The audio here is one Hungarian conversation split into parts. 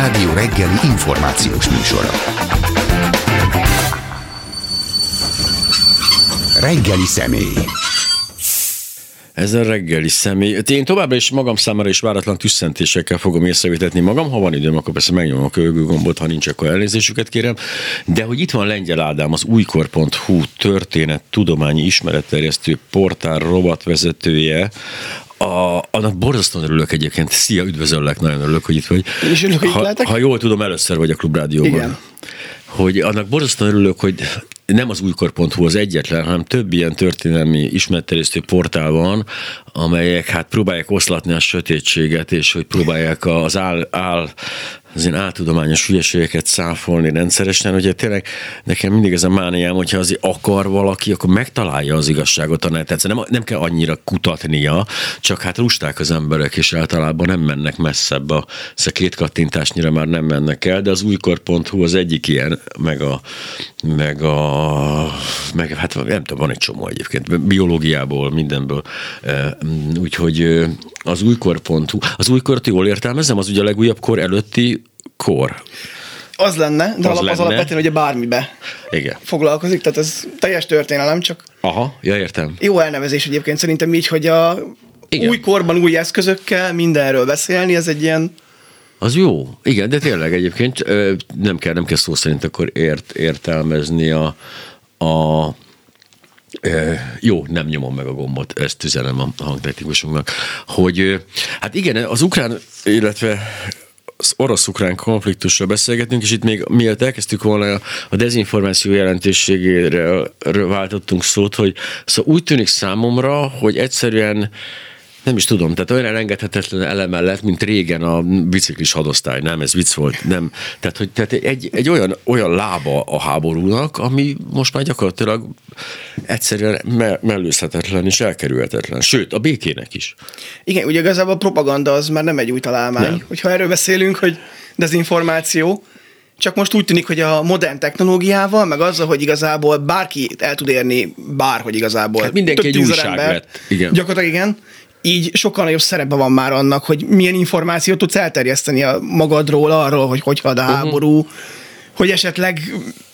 Klubrádió reggeli információs műsora. Reggeli személy. Ez a reggeli személy. Én továbbra is magam számára is váratlan tüsszentésekkel fogom észrevetetni magam. Ha van időm, akkor persze megnyomom a kövegő gombot, ha nincs, akkor elnézésüket kérem. De hogy itt van Lengyel Ádám, az újkor.hu történet tudományi ismeretterjesztő portál rovatvezetője. Annak borzasztóan örülök egyébként. Szia, üdvözöllek, nagyon örülök, hogy itt vagy. És örülök, hogy itt lehetek. Ha jól tudom, először vagy a Klubrádióban. Igen. Hogy annak borzasztóan örülök, hogy nem az újkor.hu az egyetlen, hanem több ilyen történelmi ismeretterjesztő portál van, amelyek hát próbálják oszlatni a sötétséget, és hogy próbálják az az én áltudományos hülyeségeket száfolni rendszeresen. Ugye tényleg nekem mindig ez a mániám, hogyha azért akar valaki, akkor megtalálja az igazságot a neten. Nem kell annyira kutatnia, csak hát lusták az emberek, és általában nem mennek messzebb. Két kattintásnyira már nem mennek el, de az újkor.hu az egyik ilyen, meg hát nem tudom, van egy csomó egyébként, biológiából, mindenből. Úgyhogy az újkor.hu, az újkort jól értelmezem, az ugye a legújabb kor előtti kor. Az lenne, de az alapvetően ugye bármibe foglalkozik, tehát ez teljes történelem, csak aha, ja, értem. Jó elnevezés egyébként szerintem így, hogy a új korban új eszközökkel mindenről beszélni, ez egy ilyen... Az jó, igen, de tényleg egyébként nem kell szó szerint akkor értelmezni jó, nem nyomom meg a gombot, ezt üzenem a hangtechnikusunknak, hogy hát igen, az ukrán, illetve az orosz-ukrán konfliktusról beszélgetünk, és itt még mielőtt elkezdtük volna a dezinformáció jelentőségére váltottunk szót, hogy szóval úgy tűnik számomra, hogy egyszerűen nem is tudom, tehát olyan elengedhetetlen eleme lett, mint régen a biciklis hadosztály, nem, ez vicc volt, nem. Tehát egy olyan lába a háborúnak, ami most már gyakorlatilag egyszerűen mellőzhetetlen és elkerülhetetlen. Sőt, a békének is. Igen, ugye igazából a propaganda az már nem egy új találmány. Hogyha erről beszélünk, hogy dezinformáció, csak most úgy tűnik, hogy a modern technológiával, meg azzal, hogy igazából bárki el tud érni bárhogy igazából. Hát mindenki egy újság lett. Igen. Gyakorlatilag igen. Így sokkal nagyobb szerepe van már annak, hogy milyen információt tudsz elterjeszteni a magadról, arról, hogy had a háború, hogy esetleg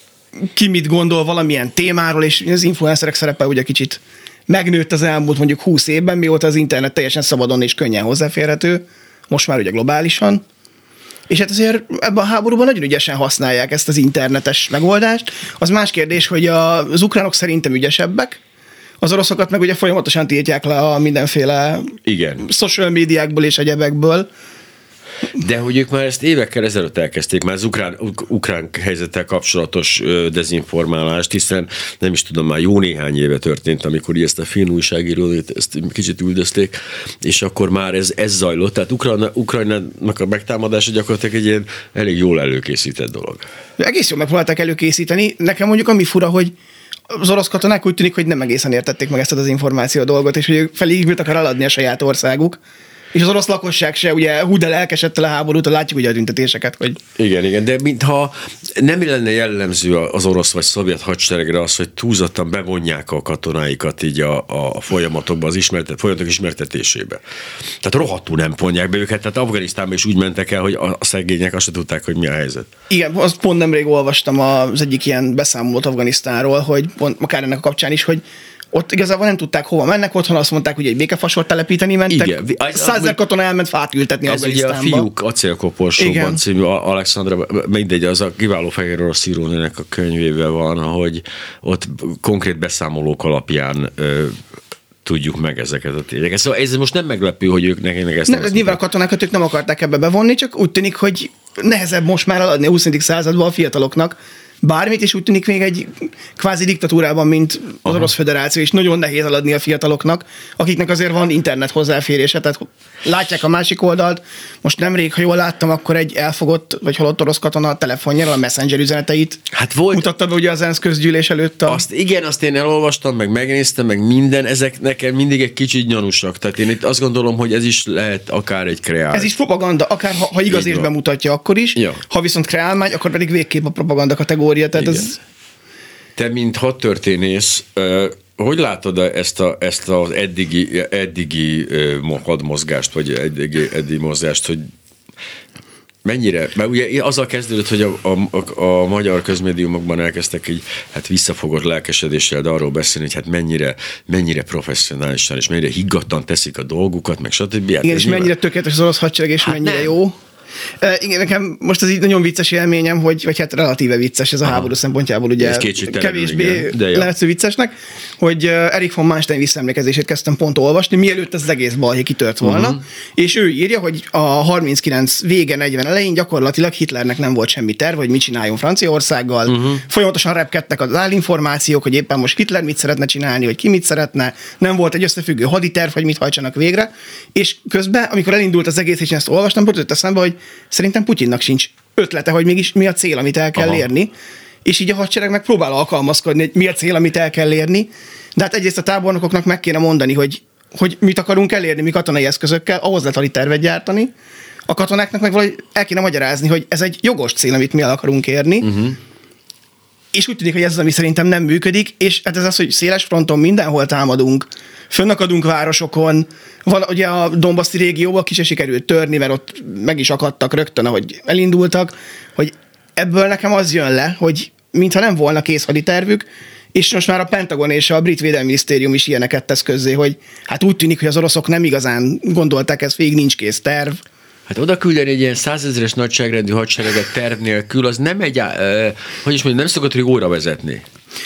ki mit gondol valamilyen témáról, és az influencerek szerepe ugye kicsit megnőtt az elmúlt mondjuk 20 évben, mióta az internet teljesen szabadon és könnyen hozzáférhető, most már ugye globálisan. És hát azért ebben a háborúban nagyon ügyesen használják ezt az internetes megoldást. Az más kérdés, hogy az ukránok szerintem ügyesebbek, az oroszokat meg ugye folyamatosan tiltják le a mindenféle social médiákból és egyebekből. De hogy ők már ezt évekkel ezelőtt elkezdték, már az ukrán helyzettel kapcsolatos dezinformálást, hiszen nem is tudom, már jó néhány éve történt, amikor ezt a finn újságírót ezt kicsit üldözték, és akkor már ez zajlott. Tehát Ukrajnának a megtámadása gyakorlatilag egy ilyen elég jól előkészített dolog. Egész jól megpróbálták előkészíteni. Nekem mondjuk ami fura, hogy az orosz katonák úgy tűnik, hogy nem egészen értették meg ezt az információ dolgot, és hogy ők felé mit akar eladni a saját országuk. És az orosz lakosság se ugye de lelkesedte a háborút, látjuk ugye a tüntetéseket, hogy... Igen, de mintha nem lenne jellemző az orosz vagy szovjet hadseregre az, hogy túlzottan bevonják a katonáikat így a folyamatokba, folyamatok ismertetésébe. Tehát rohadtul nem vonják be őket, tehát Afganisztánban is úgy mentek el, hogy a szegények azt se tudták, hogy mi a helyzet. Igen, azt pont nemrég olvastam az egyik ilyen beszámolót Afganisztánról, hogy pont akár ennek a kapcsán is, hogy ott igazából nem tudták, hova mennek, otthon azt mondták, hogy egy békefasort telepíteni mentek. 100 000 katona elment fát ültetni Afganisztánba. Ez ugye a Fiúk acélkoporsóban című Alexandra, mindegy, az a kiváló fehér orosz írónőnek a könyvében van, hogy ott konkrét beszámolók alapján tudjuk meg ezeket a tényeket. Szóval ez most nem meglepő, hogy ők nekem ezt nem. Nyilván a katonákat ők nem akarták ebbe bevonni, csak úgy tűnik, hogy nehezebb most már eladni a 20. században a fiataloknak bármit, és úgy tűnik még egy kvázi diktatúrában, mint az Orosz Föderáció, és nagyon nehéz eladni a fiataloknak, akiknek azért van internet hozzáférése, tehát látják a másik oldalt. Most nemrég, ha jól láttam, akkor egy elfogott vagy halott orosz katona a telefonjáról a Messenger üzeneteit mutatta be ugye az ENSZ közgyűlés előtt. Azt én elolvastam, meg megnéztem, meg minden, ezek nekem mindig egy kicsit gyanúsak. Tehát én itt azt gondolom, hogy ez is lehet akár egy kreál. Ez is propaganda, akár ha igaz évben mutatja, akkor is. Ja. Ha viszont kreálmány, akkor pedig végképp a propaganda kategória. Tehát ez... Te, mint hadtörténész, hogy látod ezt az eddigi hadmozgást, vagy eddigi mozgást, hogy mennyire, mert ugye azzal kezdődött, hogy a magyar közmédiumokban elkezdtek így hát visszafogott lelkesedéssel, de arról beszélni, hogy hát mennyire professzionálisan és mennyire higgadtan teszik a dolgukat, meg stb. Hát igen, és mennyire tökéletes az orosz hadsereg, és mennyire nem. Jó. Igen, nekem most ez így nagyon vicces élményem, vagy hát relatíve vicces ez a háború szempontjából, ugye kevésbé lehetsző viccesnek, hogy Erich von Manstein visszaemlékezését kezdtem pont olvasni, mielőtt ez az egész balhé kitört volna, és ő írja, hogy a 39 vége, 40 elején gyakorlatilag Hitlernek nem volt semmi terv, hogy mit csináljon Franciaországgal, folyamatosan repkedtek az állinformációk, hogy éppen most Hitler mit szeretne csinálni, hogy ki mit szeretne, nem volt egy összefüggő haditerv, hogy mit hajtsanak végre, és közben, amikor elindult az egész, és ezt olvastam, jutott eszembe, hogy szerintem Putyinnak sincs ötlete, hogy mégis mi a cél, amit el kell érni, és így a hadsereg meg próbál alkalmazkodni, hogy mi a cél, amit el kell érni, de hát egyrészt a tábornokoknak meg kéne mondani, hogy mit akarunk elérni, mi katonai eszközökkel, ahhoz lehet haditervet gyártani, a katonáknak meg valahogy el kéne magyarázni, hogy ez egy jogos cél, amit mi el akarunk érni, és úgy tűnik, hogy ez az, ami szerintem nem működik, és hát ez az, hogy széles fronton mindenhol támadunk, fönnakadunk városokon, van ugye a Donbaszti régióban ki se sikerült törni, mert ott meg is akadtak rögtön, ahogy elindultak, hogy ebből nekem az jön le, hogy mintha nem volna kész haditervük, és most már a Pentagon és a brit védelmi minisztérium is ilyeneket tesz közzé, hogy hát úgy tűnik, hogy az oroszok nem igazán gondolták, ez végig nincs kész terv. Hát oda küldeni egy ilyen 100 000-es nagyságrendű hadsereget terv nélkül, az nem egy, hogy is mondjam, nem szokott rigóra vezetni.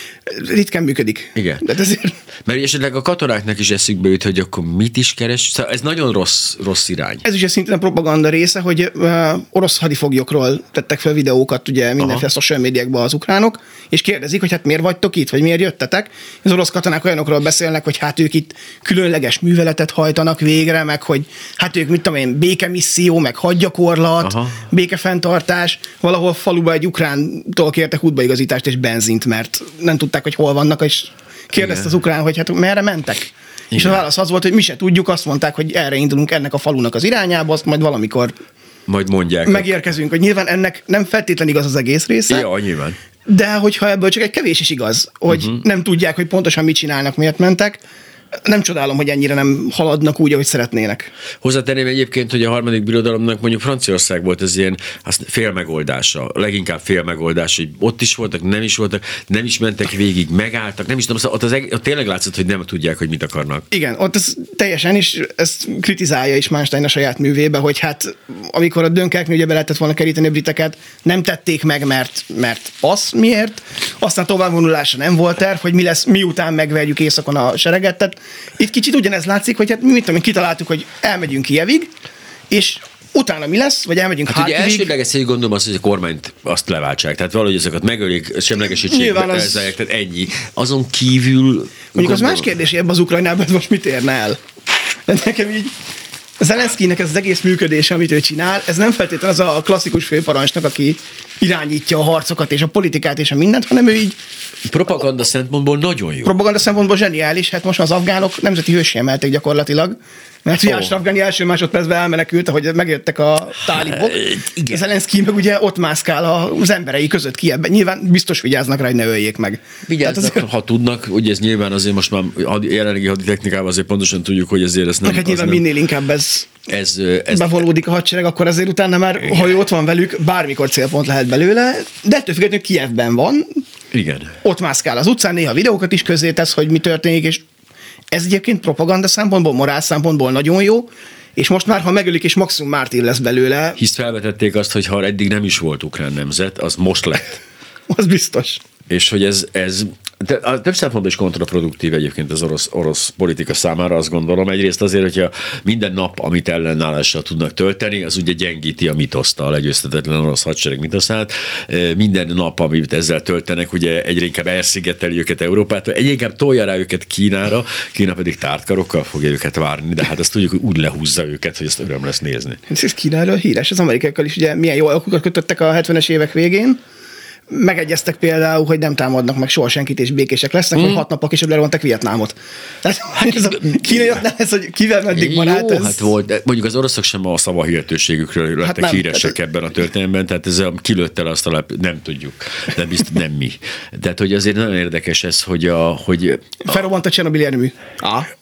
Ritkán működik. Igen. De ezért... Mert esetleg a katonáknak is eszükbe jut, hogy akkor mit is keres. Szóval ez nagyon rossz irány. Ez is szintén a propaganda része, hogy orosz hadifoglyokról tettek fel videókat ugye mindenféle social médiákban az ukránok, és kérdezik, hogy hát miért vagytok itt, vagy miért jöttetek. Az orosz katonák olyanokról beszélnek, hogy hát ők itt különleges műveletet hajtanak végre, meg hogy hát ők mit tudom én, békemisszió, meg hadgyakorlat, békefenntartás. Valahol faluba egy ukrántól kértek útbaigazítást és benzint, mert nem tudták, hogy hol vannak, és kérdezte az ukrán, hogy hát merre mentek. Igen. És a válasz az volt, hogy mi se tudjuk, azt mondták, hogy erre indulunk ennek a falunak az irányába, azt majd valamikor mondják. Megérkezünk, hogy nyilván ennek nem feltétlenül igaz az egész része. Ja, nyilván. De hogyha ebből csak egy kevés is igaz, hogy nem tudják, hogy pontosan mit csinálnak, miért mentek, nem csodálom, hogy ennyire nem haladnak úgy, ahogy szeretnének. Hozzátenném egyébként, hogy a harmadik birodalomnak mondjuk Franciaország volt ez ilyen félmegoldása, leginkább félmegoldás, hogy ott is voltak, nem is mentek végig, megálltak, nem is tudom, ott tényleg látszott, hogy nem tudják, hogy mit akarnak. Igen, ott ez teljesen is, ezt kritizálja is Manstein a saját művébe, hogy hát amikor a Dunkerque ugye be lehetett volna keríteni a briteket, nem tették meg, mert az miért? Aztán továbbvonulásra nem volt terv, hogy mi lesz, miután megverjük északon a sereget. Tehát itt kicsit ugyanez látszik, hogy hát mit tudom, kitaláltuk, hogy elmegyünk Kijevig, és utána mi lesz, vagy elmegyünk Harkivig. Ugye elsődleges egy gondolom az, hogy a kormányt azt leváltsák, tehát valahogy ezeket megölik, semlegesítségbe elzárják, tehát ennyi. Azon kívül... Mondjuk az más kérdés, hogy ebben az Ukrajnában most mit érne el? De nekem így Zelenszkijnek ez az egész működése, amit ő csinál, ez nem feltétlenül az a klasszikus főparancsnok, aki irányítja a harcokat és a politikát és a mindent, hanem ő így... Propaganda szempontból nagyon jó. Propaganda szempontból zseniális, hát most az afgánok nemzeti hőssé emelték gyakorlatilag, mert ugye Ashraf Ghani első másodpercben elmenekült, ahogy megjöttek a tálibok. Zelenszkij meg ugye ott mászkál az emberei között Kijevben. Nyilván biztos vigyáznak rá, hogy ne öljék meg. Vigyáznak, azért... ha tudnak, ugye ez nyilván azért most már jelenlegi haditechnikában azért pontosan tudjuk, hogy ezért ezt nem... Hát nyilván minél inkább ez bevalódik a hadsereg, akkor azért utána már, ha ő ott van velük, bármikor célpont lehet belőle, de ettől függetlenül Kijevben van. Igen. Ott mászkál az utcán, néha videókat is közzétesz, hogy mi történik, és ez egyébként propaganda szempontból, morál szempontból nagyon jó, és most már, ha megölik, és maximum mártír lesz belőle. Hisz felvetették azt, hogy ha eddig nem is volt ukrán nemzet, az most lett. Az biztos. És hogy ez több szempontból is kontraproduktív egyébként az orosz politika számára, azt gondolom. Egyrészt azért, hogyha minden nap, amit ellenállással tudnak tölteni, az ugye gyengíti a mitoszt, a legyőzhetetlen orosz hadsereg mitoszát. Minden nap, amit ezzel töltenek, ugye egyre inkább elszigeteli őket Európától, egyre inkább tolja rá őket Kínára, Kína pedig tártkarokkal fogja őket várni, de hát azt tudjuk, hogy úgy lehúzza őket, hogy ezt öröm lesz nézni. Ez Kínáról híres, az amerikaiakkal is ugye milyen jó alakukat kötöttek a 70-es évek végén. Megegyeztek például, hogy nem támadnak meg soha senkit, és békések lesznek, hogy 6 nappal később lerolták Vietnámot. Tehát ez a kínaiak nem ez, hogy kivel meddig barát ez. Hát volt, de mondjuk az oroszok sem a szavahihetőségükről lettek híresek ebben a történetben, tehát ez a kilőtte le azt a nem tudjuk, de biztos nem mi. Tehát, hogy azért nagyon érdekes ez, hogy felrobbant a Csernobili erőmű.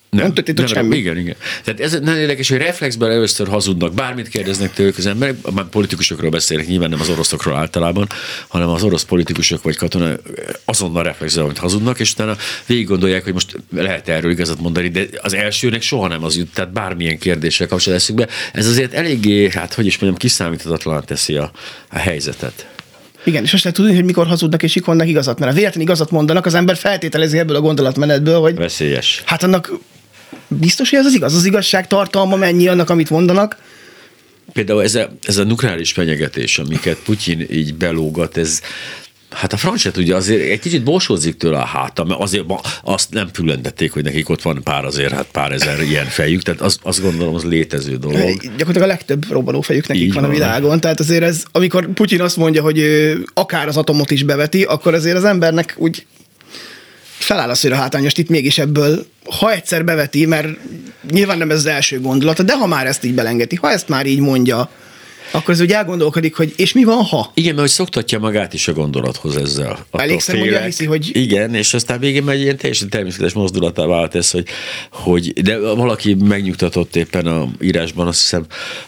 Nem történt semmi. Igen. Tehát ez nagyon érdekes, hogy reflexben először hazudnak, bármit kérdeznek tőlük az emberek, már politikusokról beszélnek, nyilván nem az oroszokról általában, hanem az orosz politikusok vagy katonák azonnal reflexben, amit hazudnak, és utána végig gondolják, hogy most lehet erről igazat mondani, de az elsőnek soha nem az jut, tehát bármilyen kérdéssel kapcsolatban eszükbe. Ez azért eléggé, hát hogy is mondjam, kiszámíthatatlan teszi a helyzetet. Igen, és azt lehet tudni, hogy mikor hazudnak és mikor mondanak igazat, mert ha véletlenül igazat mondanak, az ember feltételezi ebből a gondolatmenetből, hogy veszélyes. Hát annak biztos, hogy ez az igaz, az igazság tartalma mennyi annak, amit mondanak. Például ez a nukleáris fenyegetés, amiket Putyin így belógat, ez hát a francia tudja, azért egy kicsit borsódzik tőle a háta, mert azért azt nem különtették, hogy nekik ott van pár ezer ilyen fejük, tehát azt gondolom, az létező dolog. Gyakorlatilag a legtöbb robbanófejük nekik van a világon, tehát azért ez, amikor Putyin azt mondja, hogy akár az atomot is beveti, akkor azért az embernek úgy feláll a szőr a hátán, most itt mégis ebből, ha egyszer beveti, mert nyilván nem ez az első gondolata, de ha már ezt így belengeti, ha ezt már így mondja, akkor az úgy elgondolkodik, hogy és mi van, ha? Igen, mert hogy szoktatja magát is a gondolathoz ezzel. Elégszer mondja, hiszi, hogy... Igen, és aztán végén megy ilyen teljesen természetes mozdulatá vált ez, hogy de valaki megnyugtatott éppen a írásban, azt hiszem,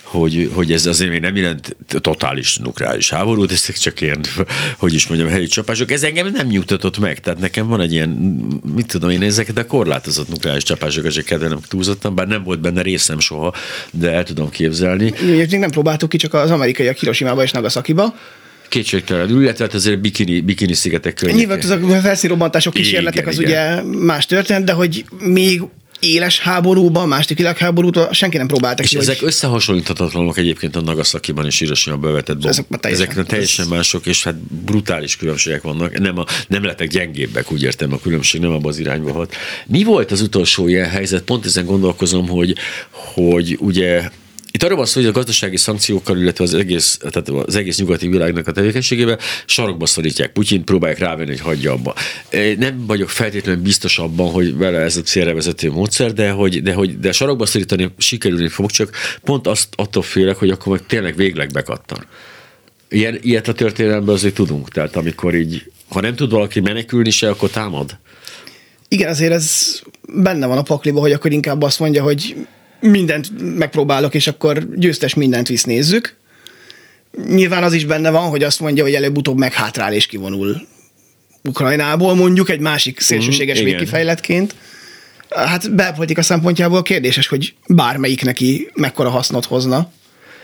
hogy ez azért még nem jelent totális nukleáris háborút, ezek csak ilyen, hogy is mondjam, helyi csapások. Ez engem nem nyugtatott meg, tehát nekem van egy ilyen, mit tudom én, ezeket a korlátozott nukleáris csapásokat csak kedvelem túlzottan, bár nem volt benne részem soha, de el tudom képzelni. Még nem próbáltuk ki, csak az amerikaiak Hiroshimába és Nagasakiba. Kétségtelenül, illetve azért bikini szigetek környékén. Nyilván a felszínrobbantások kísérletek az ugye más történet, de hogy még éles háborúban, második világháborúban senki nem próbáltak. És ezek összehasonlíthatatlanok egyébként a Nagasakiban és Hiroshimába bevetett bombák. Ezek teljesen mások, és hát brutális különbségek vannak. Nem lettek gyengébbek, úgy értem, a különbség nem abban az irányba hat. Mi volt az utolsó ilyen helyzet? Pont ezen gondolkozom, hogy ugye itt arról van szó, hogy a gazdasági szankciókkal, illetve az egész nyugati világnak a tevékenységével sarokba szorítják Putyint, próbálják rávenni, hogy hagyja abba. Nem vagyok feltétlenül biztos abban, hogy vele ez a célra vezető módszer, de sarokba szorítani sikerülni fog, csak pont attól félek, hogy akkor meg tényleg végleg bekattan. Ilyet a történelemben azért tudunk. Tehát amikor így, ha nem tud valaki menekülni se, akkor támad. Igen, azért ez benne van a pakliba, hogy akkor inkább azt mondja, hogy mindent megpróbálok, és akkor győztes mindent visz nézzük. Nyilván az is benne van, hogy azt mondja, hogy előbb-utóbb meghátrál és kivonul Ukrajnából, mondjuk egy másik szélsőséges végkifejletként. Hát belpolitika szempontjából kérdéses, hogy bármelyik neki mekkora hasznot hozna.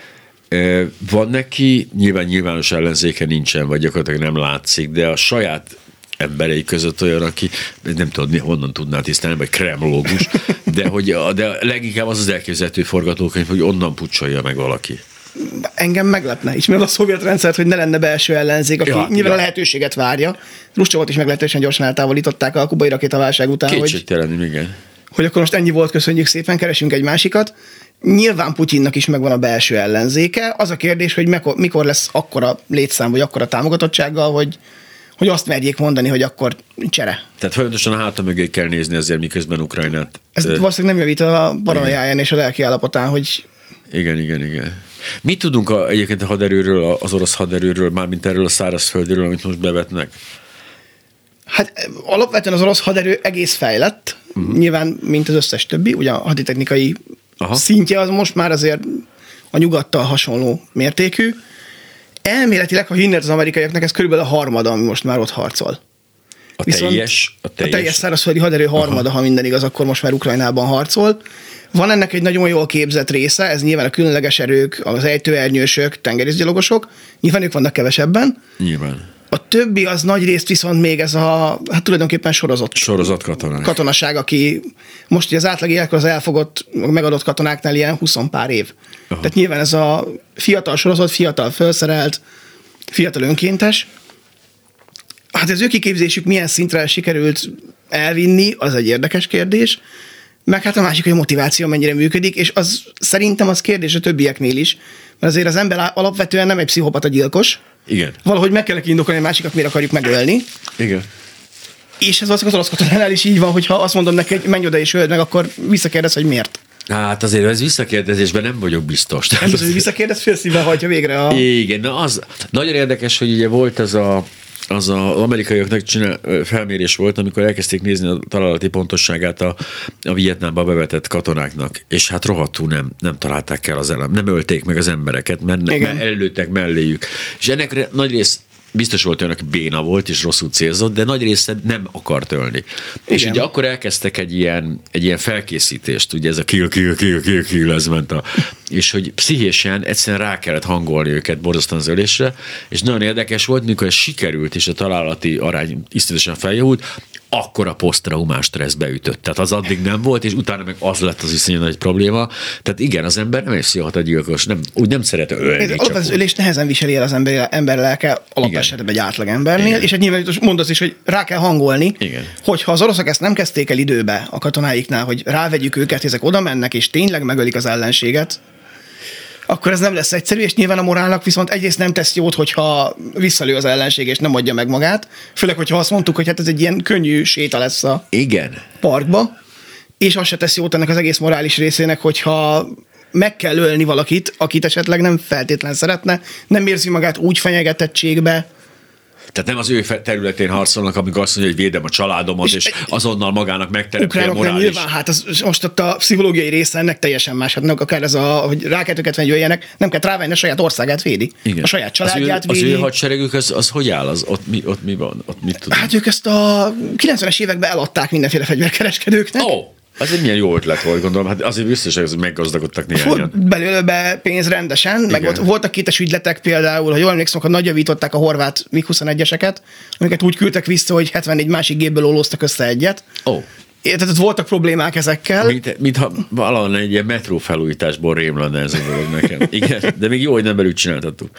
Van neki, nyilvános ellenzéke nincsen, vagy gyakorlatilag nem látszik, de a saját emberei között olyan, aki nem tudod, honnan tudná tisztelni, vagy kremlológus, de leginkább az elképzelhető forgatókönyv, hogy onnan pucsolja meg valaki. Engem meglepne. Ismerem a szovjet rendszert, hogy ne lenne belső ellenzék, aki nyilván a lehetőséget várja. Hruscsovot is meglehetősen gyorsan eltávolították a kubai rakétaválság után, hogy akkor most ennyi volt, köszönjük szépen, keresünk egy másikat. Nyilván Putyinnak is megvan a belső ellenzéke. Az a kérdés, hogy mikor lesz akkora létszám, vagy akkora támogatottsággal, hogy azt merjék mondani, hogy akkor csere. Tehát folyamatosan a háta mögé kell nézni azért, miközben Ukrajnát. Ez valószínűleg nem javít a paranoiáján és a lelki állapotán, hogy... Igen. Mit tudunk egyébként a haderőről, az orosz haderőről, mármint erről a szárazföldről, amit most bevetnek? Hát alapvetően az orosz haderő egész fejlett, nyilván, mint az összes többi, ugye a haditechnikai szintje az most már azért a nyugattal hasonló mértékű. Elméletileg, ha hinnet az amerikaiaknak, ez körülbelül a harmada, ami most már ott harcol. A teljes szárazföldi haderő harmada, ha minden igaz, akkor most már Ukrajnában harcol. Van ennek egy nagyon jól képzett része, ez nyilván a különleges erők, az ejtőernyősök, tengerészgyalogosok, nyilván ők vannak kevesebben. Nyilván. A többi az nagy részt viszont még ez a, hát tulajdonképpen sorozat katonaság, aki most ugye az átlag életkor az elfogott, megadott katonáknál ilyen 20 pár év. Aha. Tehát nyilván ez a fiatal sorozat, fiatal felszerelt, fiatal önkéntes. Hát az ő kiképzésük milyen szintre sikerült elvinni, az egy érdekes kérdés. Meg hát a másik, hogy a motiváció mennyire működik, és az szerintem az kérdés a többieknél is, mert azért az ember alapvetően nem egy pszichopata gyilkos. Igen. Valahogy meg kell indokolni, hogy másikat miért akarjuk megölni. Igen. És ez az orosz katonánál is így van, hogyha azt mondom neki, hogy menj oda és öld meg, akkor visszakérdez, hogy miért. Hát azért ez visszakérdezésben nem vagyok biztos. Nem biztos, hogy visszakérdez, félszívvel hagyja végre a... Igen, na az nagyon érdekes, hogy ugye volt ez a az amerikaiaknak felmérés volt, amikor elkezdték nézni a találati pontosságát a Vietnámba bevetett katonáknak, és hát rohadtul nem találták el nem ölték meg az embereket, mert előttek melléjük. És ennek nagy rész biztos volt olyan, aki béna volt, és rosszul célzott, de nagy része nem akart ölni. És ugye akkor elkezdtek egy ilyen felkészítést, ugye ez a kill, ez ment és hogy pszichésen egyszerűen rá kellett hangolni őket borzasztóan az ölésre, és nagyon érdekes volt, mikor ez sikerült, és a találati arány iszonyatosan feljavult, akkor a posztraumás stressz beütött. Tehát az addig nem volt, és utána meg az lett az iszonyú nagy probléma. Tehát igen, az ember nem egy pszichopata-gyilkos, úgy nem szeret ölni. Az ölés nehezen viseli el az ember lelke alapesetben egy átlag embernél, és egy nyilván mondasz is, hogy rá kell hangolni, hogyha az oroszok ezt nem kezdték el időbe a katonáiknál, hogy rávegyük őket, ezek oda mennek, és tényleg megölik az ellenséget, akkor ez nem lesz egyszerű, és nyilván a morálnak viszont egyrészt nem tesz jót, hogyha visszalő az ellenség, és nem adja meg magát. Főleg, hogyha azt mondtuk, hogy hát ez egy ilyen könnyű séta lesz a parkba, és az se tesz jót ennek az egész morális részének, hogyha meg kell ölni valakit, akit esetleg nem feltétlen szeretne, nem érzi magát úgy fenyegetettségbe. Tehát nem az ő területén harcolnak, amikor azt mondja, hogy védem a családomat, és azonnal magának megteremti a morális. Nyilván, hát most ott a pszichológiai része ennek teljesen más. Hát akár ez hogy rá kell őket venni, jöjjenek, nem kell rávenni, a saját országát védi. Igen. A saját családját védi. Az ő hadseregük, az hogy áll? Ott mi van? Ott mit tudom? Hát ők ezt a 90-es években eladták mindenféle fegyverkereskedőknek. Az egy milyen jó ötlet volt, gondolom. Hát azért biztos, hogy meggazdagodtak néhányan. Belőle be pénz rendesen, meg ott voltak kétes ügyletek például, ha jól emlékszem, akkor nagyjavították a horvát MiG-21-eseket, amiket úgy küldtek vissza, hogy 74 másik gépből ólóztak össze egyet. Tehát ott voltak problémák ezekkel. Mintha valahol egy ilyen metró felújításból rém lenne ez a dolog nekem. Igen, de még jó, hogy nem belül csináltattuk.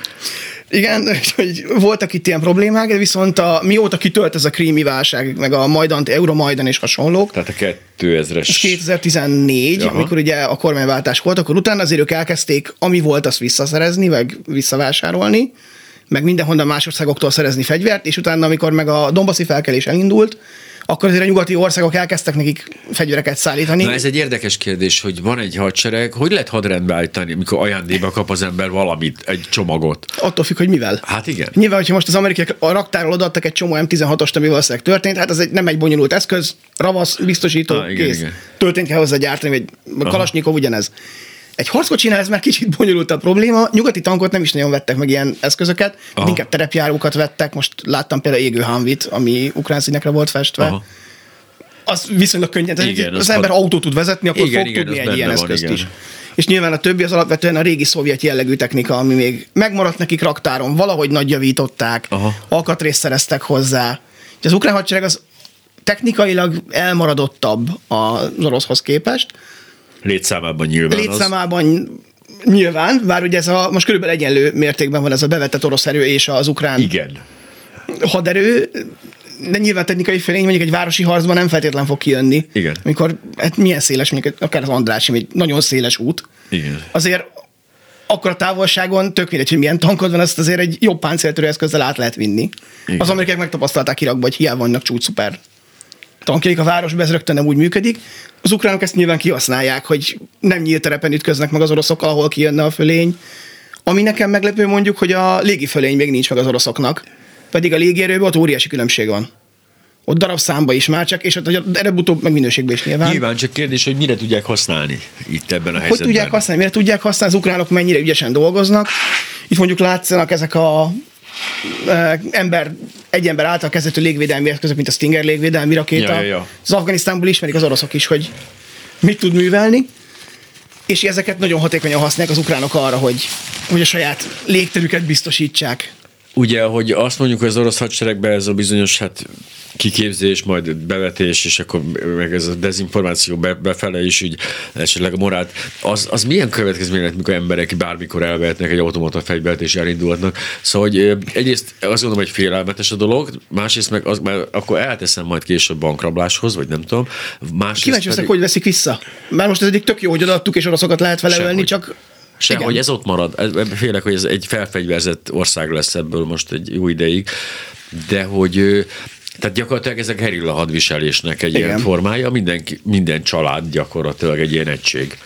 Igen, hogy voltak itt ilyen problémák, de viszont mióta kitölt ez a krími válság, meg a Euromajdan és hasonlók. Tehát a 2000-es. 2014, amikor ugye a kormányváltás volt, akkor utána azért ők elkezdték, ami volt, azt visszaszerezni, meg visszavásárolni, meg mindenhonnan más országoktól szerezni fegyvert, és utána, amikor meg a Donbassi felkelés elindult, akkor azért a nyugati országok elkezdtek nekik fegyvereket szállítani. Na ez egy érdekes kérdés, hogy van egy hadsereg, hogy lehet hadrendbe állítani, amikor ajándékba kap az ember valamit, egy csomagot? Attól függ, hogy mivel. Hát igen. Nyilván, hogyha most az amerikaiak a raktárról odaadtak egy csomó M16-ost, ami valószínűleg történt, hát ez nem egy bonyolult eszköz, ravasz, biztosító, kész. Töltényt kell hozzá gyártani, vagy Kalasnyikov ugyanez. Egy harckocsinál ez már kicsit bonyolult a probléma. Nyugati tankot nem is nagyon vettek meg ilyen eszközöket, inkább terepjárókat vettek. Most láttam például égő Humvee-t, ami ukrán színekre volt festve. Az viszonylag könnyen. Igen, az ember autó tud vezetni, akkor fog tudni egy ilyen eszközt is. És nyilván a többi az alapvetően a régi szovjet jellegű technika, ami még megmaradt nekik raktáron, valahogy nagyjavították, alkatrészt szereztek hozzá. Az ukrán hadsereg az technikailag elmaradottabb az oroszhoz képest. Létszámában nyilván. Nyilván, bár ugye most körülbelül egyenlő mértékben van ez a bevetett orosz erő és az ukrán haderő, de nyilván technikai felény mondjuk egy városi harcban nem feltétlen fog kijönni. Igen. Amikor milyen széles, mondjuk akár az Andrássy, egy nagyon széles út. Igen. Azért akkor a távolságon tök mindegy, hogy milyen tankod van, azt azért egy jobb páncéltörő eszközzel át lehet vinni. Igen. Az amerikaiak megtapasztalták Irakban, hogy hiába vannak csúcsszuper tankjaik a városban, ez rögtön nem úgy működik. Az ukránok ezt nyilván kihasználják, hogy nem nyílt terepen ütköznek meg az oroszokkal, ahol kijönne a fölény. Ami nekem meglepő mondjuk, hogy a légifölény még nincs meg az oroszoknak, pedig a légierőben ott óriási különbség van. Ott darabszámba is már csak, és ott előbb-utóbb meg minőségben is nyilván. Nyilván csak kérdés, hogy mire tudják használni itt ebben a helyzetben. Hogy tudják használni, mire tudják használni, az ukránok mennyire ügyesen dolgoznak. Itt mondjuk látszanak ezek a egy ember által kezdető légvédelmi eszközök, mint a Stinger légvédelmi rakéta. Az Afganisztánból ismerik az oroszok is, hogy mit tud művelni, és ezeket nagyon hatékonyan használják az ukránok arra, hogy a saját légterüket biztosítsák. Ugye, hogy azt mondjuk, hogy az orosz hadseregben ez a bizonyos kiképzés, majd bevetés, és akkor meg ez a dezinformáció befele is, úgy esetleg a morált, az milyen következmények, mikor emberek bármikor elvehetnek egy automata fegyvert és elindulhatnak. Szóval, hogy egyrészt azt gondolom, hogy félelmetes a dolog, másrészt meg mert akkor elteszem majd később bankrabláshoz, vagy nem tudom. Kíváncsi leszek, hogy veszik vissza. Már most ez egyik tök jó, hogy odaadtuk, és oroszokat lehet vele ölni, csak hogy ez ott marad. Félek, hogy ez egy felfegyverzett ország lesz ebből most egy jó ideig, de hogy tehát gyakorlatilag ez a gerilla hadviselésnek egy ilyen formája, minden család gyakorlatilag egy ilyen egység.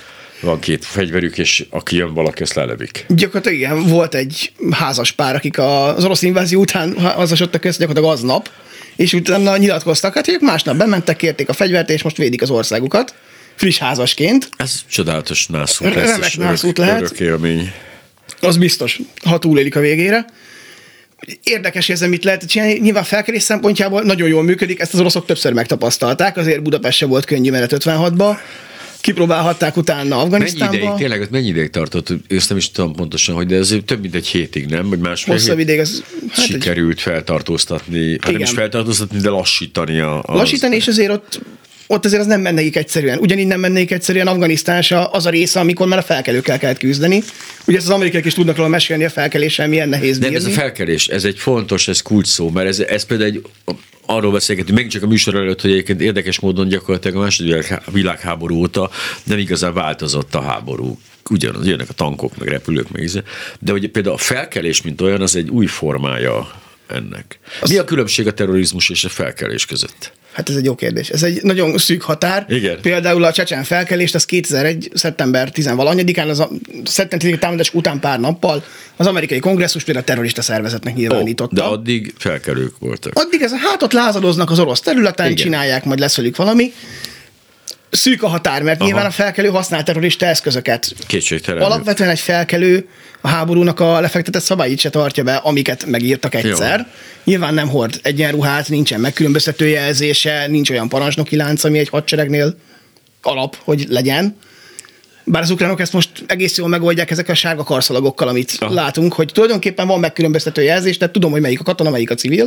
van 2 fegyverük, és aki jön valaki, ezt lelövik. Gyakorlatilag igen, volt egy házas pár, akik az orosz invázió után házasodtak össze, gyakorlatilag aznap, és utána nyilatkoztak, hát ők másnap bementek, kérték a fegyvert, és most védik az országukat, friss házasként. Ez csodálatos nászút lesz, remek nászút lehet. Örök élmény. Az biztos, ha túlélik a végére. Érdekes, hogy ezzel mit lehet csinálni. Nyilván felkelés szempontjából nagyon jól működik, ezt az oroszok többször megtapasztalták, azért Budapest se volt könnyű menet 56-ba. Kipróbálhatták utána Afganisztánba. Mennyi ideig tartott? Ezt nem is tudom pontosan, de ez több mint egy hétig, nem? Vagy másfél hosszabb ideig az, sikerült feltartóztatni, hát nem is feltartóztatni, de lassítani. Lassítani, és azért ott azért az nem mennék egyszerűen. Ugyanígy nem mennék egyszerűen Afganisztán az a része, amikor már a felkelőkkel kellett küzdeni. Ugye ezt az amerikaiak is tudnak róla mesélni, a felkeléssel milyen nehéz bírni. De ez a felkelés, ez egy fontos, ez kulcs szó, mert ez például arról beszélgetünk, megint csak a műsor előtt, hogy egyébként érdekes módon gyakorlatilag a második világháború óta nem igazán változott a háború. Ugyanaz, jönnek a tankok, meg repülők, meg íze. De hogy például a felkelés, mint olyan, az egy új formája ennek. Mi a különbség a terrorizmus és a felkelés között? Hát ez egy jó kérdés. Ez egy nagyon szűk határ. Igen. Például a csecsen felkelést, az 2001. szeptember 10-valahanyadikán, az a szeptember 10 támadás után pár nappal az amerikai kongresszus például terrorista szervezetnek nyilvánította. De addig felkelők voltak. Addig ott lázadoznak az orosz területen, igen, csinálják, majd lesz velük valami. Szűk a határ, mert nyilván a felkelő használ terrorista eszközöket. Kétségtelenül. Alapvetően egy felkelő a háborúnak a lefektetett szabályait se tartja be, amiket megírtak egyszer. Jó. Nyilván nem hord egyenruhát, nincsen megkülönböztető jelzése, nincs olyan parancsnoki lánc, ami egy hadseregnél alap, hogy legyen. Bár az ukránok ezt most egész jól megoldják ezek a sárga karszalagokkal, amit látunk, hogy tulajdonképpen van megkülönböztető jelzés, tehát tudom, hogy melyik a katona, melyik a civil.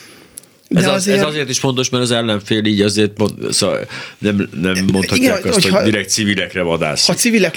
Ez azért is fontos, mert az ellenfél így azért szóval nem mondhatják igen, azt, hogy direkt civilekre vadászik. Ha civilek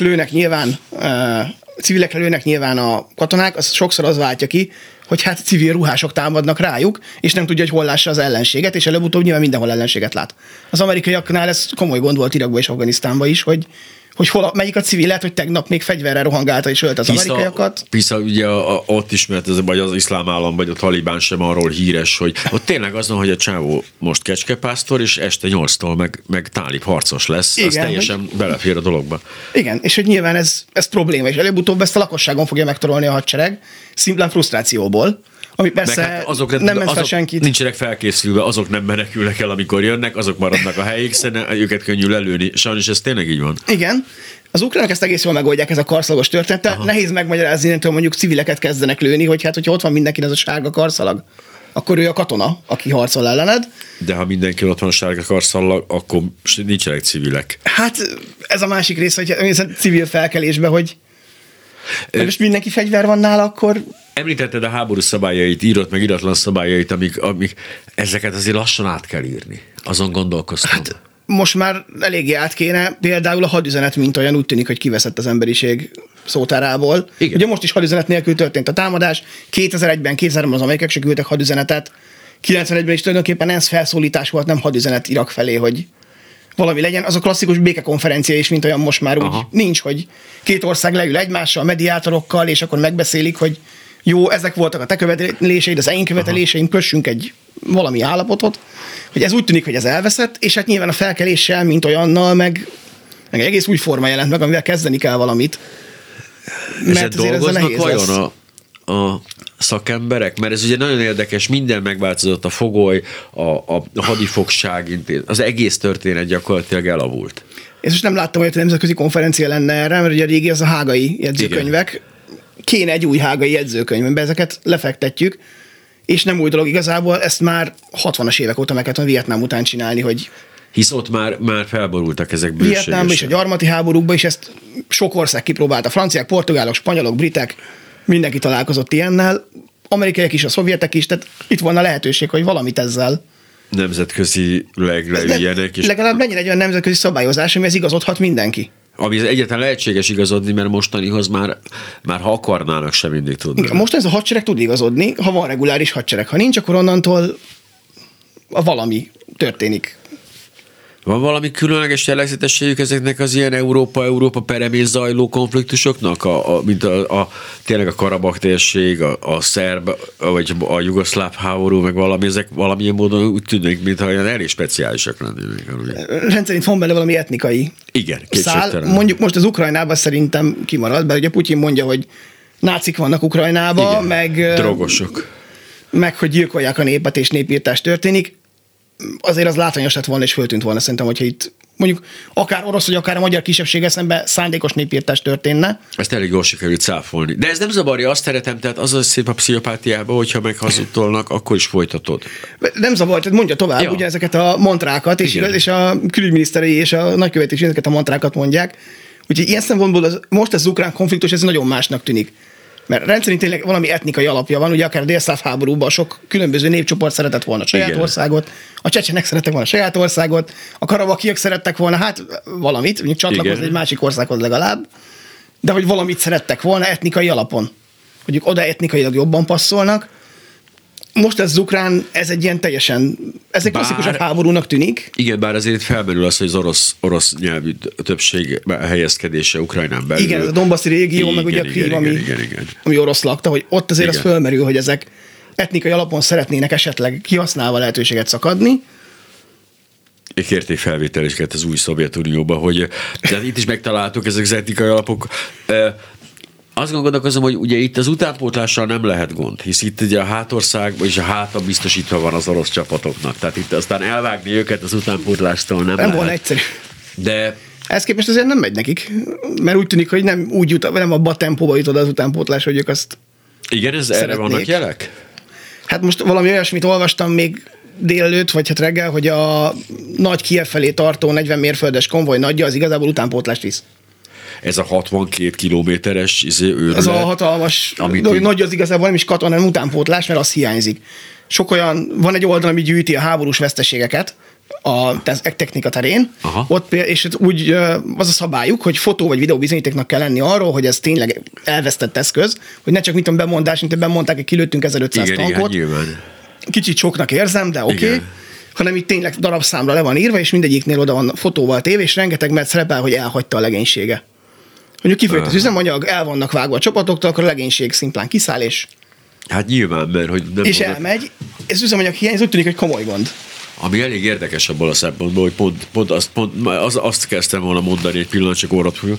lőnek nyilván a katonák, az sokszor az váltja ki, hogy hát civil ruhások támadnak rájuk, és nem tudja, hogy hol lássa az ellenséget, és előbb-utóbb nyilván mindenhol ellenséget lát. Az amerikaiaknál ez komoly gond volt Irakban és Afganisztánban is, hogy melyik a civil, lehet, hogy tegnap még fegyverrel rohangálta és ölt az amerikaiakat. Pisza ugye ott is, mert vagy az iszlám állam, vagy a talibán sem arról híres, hogy ott tényleg az van, hogy a csávó most kecskepásztor, és este 8-tól meg tálib harcos lesz, igen, az teljesen belefér a dologba. Igen, és hogy nyilván ez probléma, és előbb-utóbb ezt a lakosságon fogja megtorolni a hadsereg, szimplán frusztrációból. Ami persze hát nem ment fel senkit. Nincsenek felkészülve, azok nem menekülnek el, amikor jönnek, azok maradnak a helyig, hiszen őket könnyű lelőni. Sajnos ez tényleg így van. Igen. Az ukránok ezt egész jól megoldják, ez a karszalagos történet. Nehéz megmagyarázni, hogy mondjuk civileket kezdenek lőni, hogy hát, hogyha ott van mindenki ez a sárga karszalag, akkor ő a katona, aki harcol ellened. De ha mindenki ott van a sárga karszalag, akkor nincsenek civilek. Hát ez a másik rész, hogy civil felkelésbe, hogy most mindenki fegyver van nála, akkor... Említetted a háború szabályait, írott meg iratlan szabályait, amik ezeket azért lassan át kell írni. Azon gondolkoztam. Hát most már eléggé át kéne. Például a hadüzenet mint olyan úgy tűnik, hogy kiveszett az emberiség szótárából. Igen. Ugye most is hadüzenet nélkül történt a támadás. 2001-ben, 2003-ban az amerikaiak se küldtek hadüzenetet. 91-ben is tulajdonképpen ENSZ felszólítás volt, nem hadüzenet Irak felé, hogy valami legyen. Az a klasszikus békekonferencia is, mint olyan most már úgy nincs, hogy két ország leül egymással, mediátorokkal, és akkor megbeszélik, hogy jó, ezek voltak a te követeléseid, az én követeléseim, kössünk egy valami állapotot, hogy ez úgy tűnik, hogy ez elveszett, és hát nyilván a felkeléssel, mint olyannal, meg egész új forma jelent meg, amivel kezdeni kell valamit. Mert dolgoznak vajon a szakemberek? Mert ez ugye nagyon érdekes, minden megváltozott, a fogoly, a hadifogság, az egész történet gyakorlatilag elavult. És most nem láttam, hogy a nemzetközi konferencia lenne erre, mert ugye a régi az a hágai jegyzőkönyvek. Igen. Kéne egy új hágai jegyzőkönyv, amiben ezeket lefektetjük, és nem új dolog igazából, ezt már 60-as évek óta meg kellett Vietnám után csinálni, hogy... Hisz ott már felborultak ezek bőségesen. Vietnámban és a gyarmati háborúkban is ezt sok ország kipróbálta. Franciák, portugálok, spanyolok, britek, mindenki találkozott ilyennel, amerikaiak is, a szovjetek is, tehát itt volna lehetőség, hogy valamit ezzel... Nemzetközileg leüljenek. És... Legalább legyen egy olyan nemzetközi szabályozás, amihez igazodhat mindenki. Ami egyáltalán lehetséges igazodni, mert mostanihoz már ha akarnának, sem mindig tudni. Most ez a hadsereg tud igazodni, ha van reguláris hadsereg. Ha nincs, akkor onnantól valami történik. Van valami különleges jellegzetességük ezeknek az ilyen Európa peremén zajló konfliktusoknak? Mint tényleg a Karabakh térség, a szerb, vagy a jugoszláv háború, meg valami, ezek valamilyen módon úgy tűnik, mintha olyan elég speciálisak lennének. Rendszerint van benne valami etnikai szál. Mondjuk most az Ukrajnában szerintem kimarad, mert ugye Putyin mondja, hogy nácik vannak Ukrajnában, igen, meg drogosok. Meg hogy gyilkolják a népet és népírtás történik. Azért az látványos lett volna és föltűnt volna szerintem, hogyha itt mondjuk akár orosz, vagy akár a magyar kisebbséggel szemben szándékos népírtás történne. Ezt elég jól sikerült cáfolni. De ez nem zavarja, azt szeretem, tehát az a szép a pszichopátiában, hogyha meghazudtolnak, akkor is folytatod. Nem zavar, tehát mondja tovább, ugye ezeket a mantrákat, és a külügyminiszterei és a nagykövet is ezeket a mantrákat mondják. Úgyhogy ilyen szempontból most az ukrán konfliktus ez nagyon másnak tűnik. Mert rendszerint tényleg valami etnikai alapja van, ugye akár a délszláv háborúban sok különböző népcsoport szeretett volna a saját országot, a csecsenek szerettek volna a saját országot, a karabakiak szerettek volna, hát valamit, mondjuk csatlakozni egy másik országhoz legalább, de hogy valamit szerettek volna etnikai alapon, hogy ők oda etnikailag jobban passzolnak. Most ez az ukrán, ez egy ilyen teljesen, ez egy klasszikusabb háborúnak tűnik. Igen, bár azért felmerül az, hogy az orosz nyelvű többség helyezkedése Ukrajnán belül. Igen, ez a Donbassi régió, meg ugye a Krím, ami orosz lakta, hogy ott azért az fölmerül, hogy ezek etnikai alapon szeretnének esetleg kihasználva lehetőséget szakadni. Kérték felvételéseket az új Szovjetunióba, hogy de itt is megtaláltuk ezek az etnikai alapok. Azt gondolkozom, hogy ugye itt az utánpótlással nem lehet gond, hisz itt ugye a hátország, és a háta biztosítva van az orosz csapatoknak. Tehát itt aztán elvágni őket az utánpótlástól nem lehet. Volna egyszerű. De ezt képest azért nem megy nekik, mert úgy tűnik, hogy nem úgy jut, nem abba a tempóba jut oda az utánpótlás, hogy ők azt igen, ez szeretnék. Erre vannak jelek? Hát most valami olyasmit olvastam még délelőtt, vagy hát reggel, hogy a nagy Kijev felé tartó 40 mérföldes konvoj nagyja az igazából utánpótlást visz. Ez a 62 kilométeres őrület. Ez a hatalmas, nagy az igazából nem is katona, hanem utánpótlás, mert az hiányzik. Sok olyan, van egy oldal, ami gyűjti a háborús veszteségeket a technika terén, ott, és úgy az a szabályuk, hogy fotó vagy videó bizonyítéknak kell lenni arról, hogy ez tényleg elvesztett eszköz, hogy ne csak mint a bemondás, mint bemondták, hogy kilőttünk 1500 tankot. Igen, kicsit soknak érzem, de oké. Hanem itt tényleg darabszámra le van írva, és mindegyiknél oda van fotóval téve, és rengeteg mert szerepel, hogy elhagyta a legénysége. Mondjuk kifolyt az üzemanyag, el vannak vágva a csapatoktól, akkor a legénység szimplán kiszáll, és hát nyilván, mert hogy nem és elmegy. Ez üzemanyag hiány, ez úgy tűnik, hogy komoly gond. Ami elég érdekes abból a szempontból, hogy pont azt kezdtem volna mondani, egy pillanat, csak orrat fújok.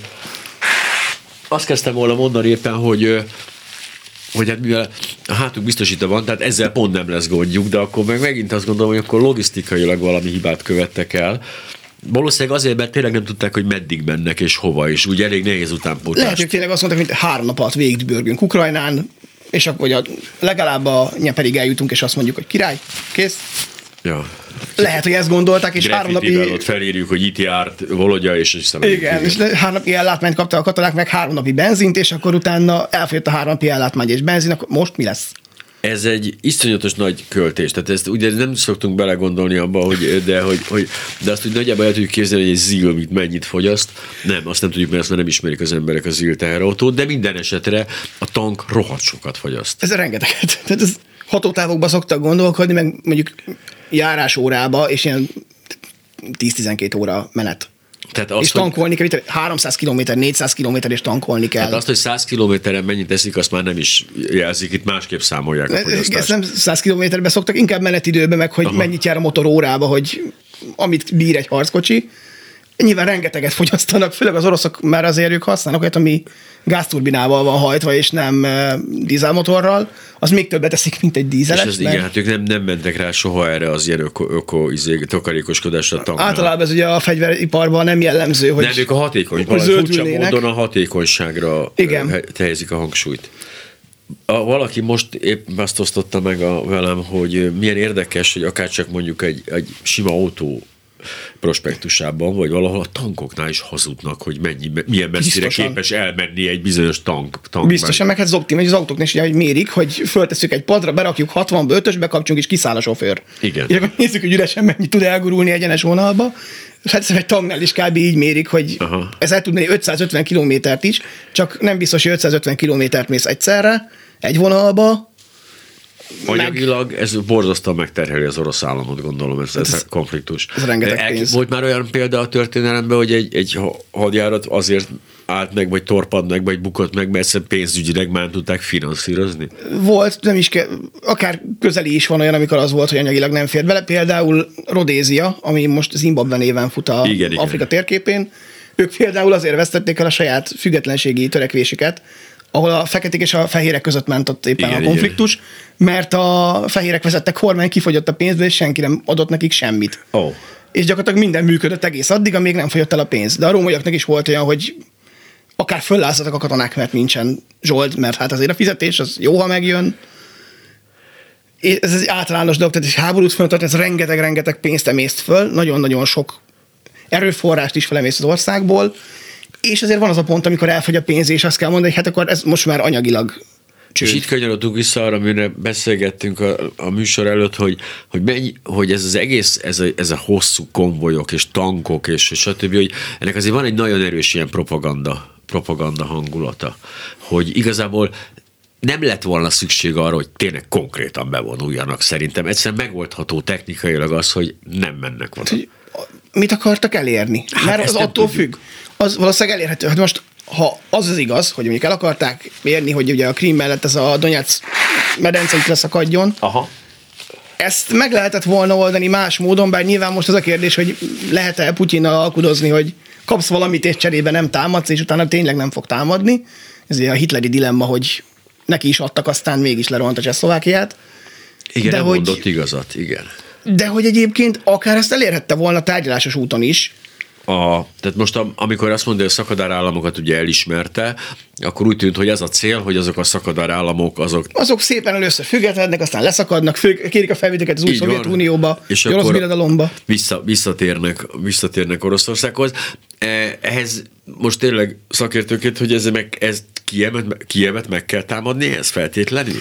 Azt kezdtem volna mondani éppen, hogy hát mivel a hátunk biztosítva van, tehát ezzel pont nem lesz gondjuk, de akkor megint azt gondolom, hogy akkor logisztikailag valami hibát követtek el. Valószínűleg azért, mert tényleg nem tudták, hogy meddig mennek és hova, és úgy elég nehéz utánpótlást. Lehet, hogy tényleg azt mondták, hogy 3 nap alatt végigdübörgünk Ukrajnán, és akkor legalább a Nyeperig eljutunk, és azt mondjuk, hogy király, kész. Ja. Lehet, hogy ezt gondolták, és 3 napig... ott felírjuk, hogy itt járt Volodya, és hiszem... Igen, és 3 napi ellátmányt kaptak a katonák, meg 3 napi benzint, és akkor utána elfogyott a 3 napi ellátmány és benzin, akkor most mi lesz? Ez egy iszonyatos nagy költés, tehát ezt ugye nem szoktunk belegondolni abba, de azt úgy nagyjából el tudjuk képzelni, hogy egy ZIL mennyit fogyaszt. Nem, azt nem tudjuk, mert azt nem ismerik az emberek a ZIL teherautót, de minden esetre a tank rohadt sokat fogyaszt. Ez rengeteget. Tehát ez hatótávokban szoktak gondolkodni, meg mondjuk járásórába, és ilyen 10-12 óra menet. Tehát azt, és tankolni kell, 300 km, 400 km és tankolni kell. Hát azt, hogy 100 kilométeren mennyit teszik, azt már nem is jelzik, itt másképp számolják a fogyasztást. Ezt nem 100 kilométerbe szoktak, inkább menetidőbe, meg hogy mennyit jár a motor órába, hogy amit bír egy harckocsi. Nyilván rengeteget fogyasztanak, főleg az oroszok már azért ők használnak olyat, ami gázturbinával van hajtva, és nem dízelmotorral, az még többet teszik, mint egy dízeles. És ez igen, hát ők nem mentek rá soha erre az ilyen takarékoskodásra tanknál. Általában ez ugye a fegyveriparban nem jellemző, hogy nem, ők a furcsa módon a hatékonyságra helyezik a hangsúlyt. Valaki most épp azt osztotta meg velem, hogy milyen érdekes, hogy akárcsak mondjuk egy sima autó prospektusában, vagy valahol a tankoknál is hazudnak, hogy milyen messzire képes elmenni egy bizonyos tank. Biztosan, meg hát az autóknál is ugye, hogy mérik, hogy föltesszük egy padra, berakjuk 60-ba, 5-ösbe, bekapcsolunk, és kiszáll a sofőr. Igen. És akkor nézzük, hogy üresen mennyit tud elgurulni egyenes vonalba. És hát egy tanknál is kb. Így mérik, hogy ez el tud menni 550 kilométert is, csak nem biztos, hogy 550 kilométert mész egyszerre, egy vonalba, Anyagilag ez borzasztóan megterheli az orosz államot, gondolom, ez a konfliktus. Ez rengeteg pénz. Volt már olyan példa a történelemben, hogy egy hadjárat azért állt meg, vagy torpant meg, vagy bukott meg, mert pénzügyileg már tudták finanszírozni? Volt, nem is kell, akár közeli is van olyan, amikor az volt, hogy anyagilag nem fért bele. Például Rodézia, ami most Zimbabwe néven fut a Afrika térképén, ők például azért vesztették el a saját függetlenségi törekvésüket, ahol a feketék és a fehérek között ment ott éppen a konfliktus, mert a fehérek vezettek kormány, kifogyott a pénzből, és senki nem adott nekik semmit. Oh. És gyakorlatilag minden működött egész addig, amíg nem fogyott el a pénz. De a rómaiaknak is volt olyan, hogy akár föllázadtak a katonák, mert nincsen zsold, mert hát azért a fizetés az jó, ha megjön. És ez egy általános dolog, tehát egy háborút föntartani, ez rengeteg pénzt emészt föl, nagyon-nagyon sok erőforrást is felemészt az országból, és azért van az a pont, amikor elfogy a pénz, és azt kell mondani, hogy hát akkor ez most már anyagilag csőd. És itt kanyarodtunk vissza arra, amire beszélgettünk a műsor előtt, hogy ez az egész, ez a hosszú konvojok és tankok és stb., hogy ennek azért van egy nagyon erős ilyen propaganda hangulata, hogy igazából nem lett volna szükség arra, hogy tényleg konkrétan bevonuljanak. Szerintem egyszerűen megoldható technikailag az, hogy nem mennek oda. Mit akartak elérni? Hát mert az attól függ. Az valószínűleg elérhető. Hát most, ha az igaz, hogy mondjuk el akarták érni, hogy ugye a Krím mellett ez a Donetsz medence itt leszakadjon, ezt meg lehetett volna oldani más módon, bár nyilván most az a kérdés, hogy lehet-e Putyinnal alkudozni, hogy kapsz valamit és cserébe nem támadsz, és utána tényleg nem fog támadni. Ez a hitleri dilemma, hogy neki is adtak, aztán mégis lerohant a Csehszlovákiát. Igen, de nem mondott igazat, igen. De hogy egyébként akár ezt elérhette volna tárgyalásos úton is. Tehát most, amikor azt mondja, hogy a szakadár államokat ugye elismerte, akkor úgy tűnt, hogy ez a cél, hogy azok a szakadár államok, azok szépen először függetlenednek, aztán leszakadnak, kérik a felvéteket az új Szovjetunióba, és orosz birodalomba. Visszatérnek Oroszországhoz. Ehhez most tényleg szakértőként, hogy ezt Kijevet meg kell támadni, ez feltétlenül?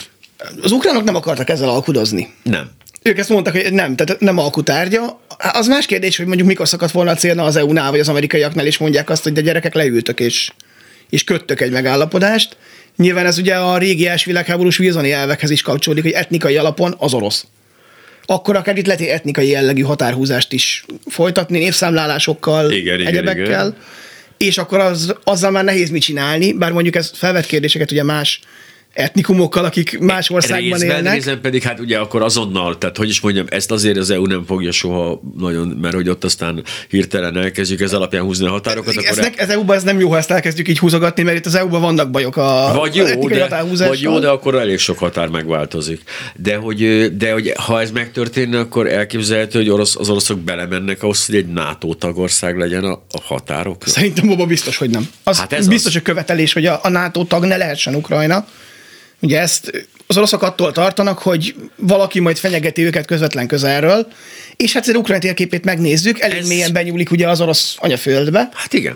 Az ukránok nem akartak ezzel alkudozni. Nem. Ők ezt mondtak, hogy nem, tehát nem alkutárgya. Az más kérdés, hogy mondjuk mikor szakadt volna a célna az EU-nál, vagy az amerikaiaknál, és mondják azt, hogy de gyerekek, leültök és köttök egy megállapodást. Nyilván ez ugye a régi első világháborús Wilsoni elvekhez is kapcsolódik, hogy etnikai alapon az orosz. Akkor akár itt lehet etnikai jellegű határhúzást is folytatni, névszámlálásokkal, egyebekkel. Igen. És akkor azzal már nehéz mit csinálni, bár mondjuk ez felvet kérdéseket ugye más etnikumokkal, akik más országban élnek. Részben pedig hát ugye akkor azonnal, tehát hogy is mondjam, ezt azért az EU nem fogja soha nagyon, mert hogy ott aztán hirtelen elkezdjük ez alapján húzni a határokat. Az EU-ban ez nem jó, ha ezt elkezdjük így húzogatni, mert itt az EU-ban vannak bajok vagy jó, de akkor elég sok határ megváltozik. De hogy ha ez megtörténne, akkor elképzelhető, hogy az oroszok belemennek ahhoz, hogy egy NATO tagország legyen a határok. Szerintem abban biztos, hogy nem. Ez biztos, hogy követelés, hogy a NATO tag ne lehessen Ukrajna. Ugye ezt az oroszok attól tartanak, hogy valaki majd fenyegeti őket közvetlen közelről, és hát az Ukrajna térképét megnézzük, elég mélyen benyúlik ugye az orosz anyaföldbe. Hát igen.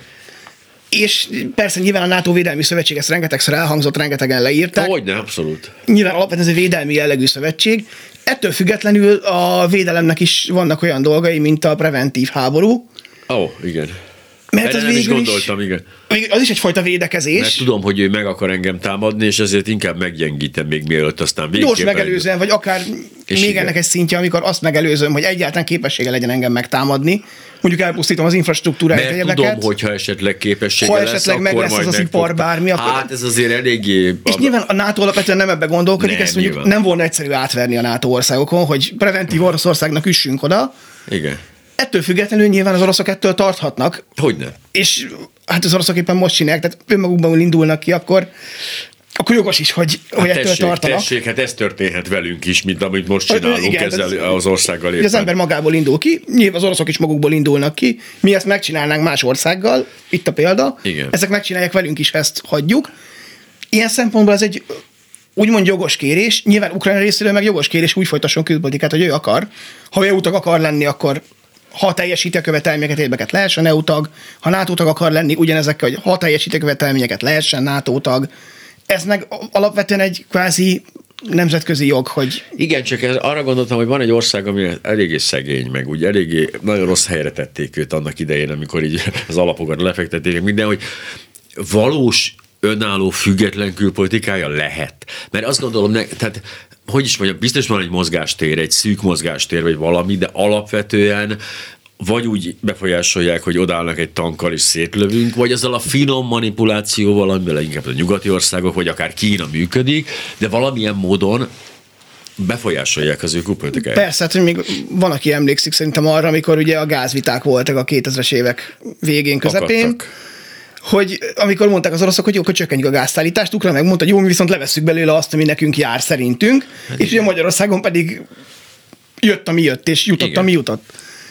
És persze nyilván a NATO Védelmi Szövetség ezt rengetegszer elhangzott, rengetegen leírták. Hogyne, abszolút. Nyilván alapvetően ez egy védelmi jellegű szövetség. Ettől függetlenül a védelemnek is vannak olyan dolgai, mint a preventív háború. Igen. Mert az nem is gondoltam, igen. Az is egyfajta védekezés. Mert tudom, hogy ő meg akar engem támadni, és ezért inkább meggyengítem még mielőtt aztán végképpen. Gyors megelőzően, vagy akár és még igen. Ennek egy szintje, amikor azt megelőzöm, hogy egyáltalán képessége legyen engem megtámadni. Mondjuk elpusztítom az infrastruktúráit, egyebeket. Tudom, hogyha esetleg képessége lesz, esetleg meg lesz az ipar bármi. Hát ez azért eléggé... És nyilván a NATO alapvetően nem ebbe gondolkodik, ezt mondjuk nem volna egyszerű átverni a NATO országokon, hogy preventív Oroszországnak üssünk oda. Igen. Ettől függetlenül nyilván az oroszok ettől tarthatnak. Hogyne. És hát az oroszok éppen most csinálják, tehát önmagukban indulnak ki, akkor jogos is, hogy ettől tartanak. Hát ez történhet velünk is, mint amit most csinálunk igen, ezzel az országgal éppen. Az ember magából indul ki, nyilván az oroszok is magukból indulnak ki, mi ezt megcsinálnánk más országgal, itt a példa, igen. Ezek megcsinálják velünk is, ezt hagyjuk. Ilyen szempontból ez egy úgymond jogos kérés, nyilván Ukrajna részéről meg jogos kérés, úgy folytasson külpolitikát, hogy ő akar. Ha EU tag akar lenni, akkor ha teljesíti a követelményeket, érdeket lehessen EU tag, ha NATO tag akar lenni, ugyanezekkel, hogy ha teljesíti a követelményeket, lehessen NATO tag. Ez meg alapvetően egy kvázi nemzetközi jog, hogy... Igen, csak arra gondoltam, hogy van egy ország, ami eléggé szegény, meg úgy eléggé nagyon rossz helyre tették őt annak idején, amikor így az alapokat lefektették minden, hogy valós önálló, független külpolitikája lehet. Mert azt gondolom, tehát hogy is mondjam, biztos van egy mozgástér, egy szűk mozgástér, vagy valami, de alapvetően vagy úgy befolyásolják, hogy odállnak egy tankkal és szétlövünk, vagy azzal a finom manipulációval, amivel inkább a nyugati országok, vagy akár Kína működik, de valamilyen módon befolyásolják az ő külpolitikáját. Persze, hát, hogy még van, aki emlékszik szerintem arra, amikor ugye a gázviták voltak a 2000-es évek végén, közepén, Akadtak. hogy amikor mondták az oroszok, hogy jó, akkor csökkentjük a gázszállítást, Ukrán megmondta, hogy jó, mi viszont levesszük belőle azt, ami nekünk jár szerintünk, és ugye Magyarországon pedig jött, ami jött, és jutott, ami jutott.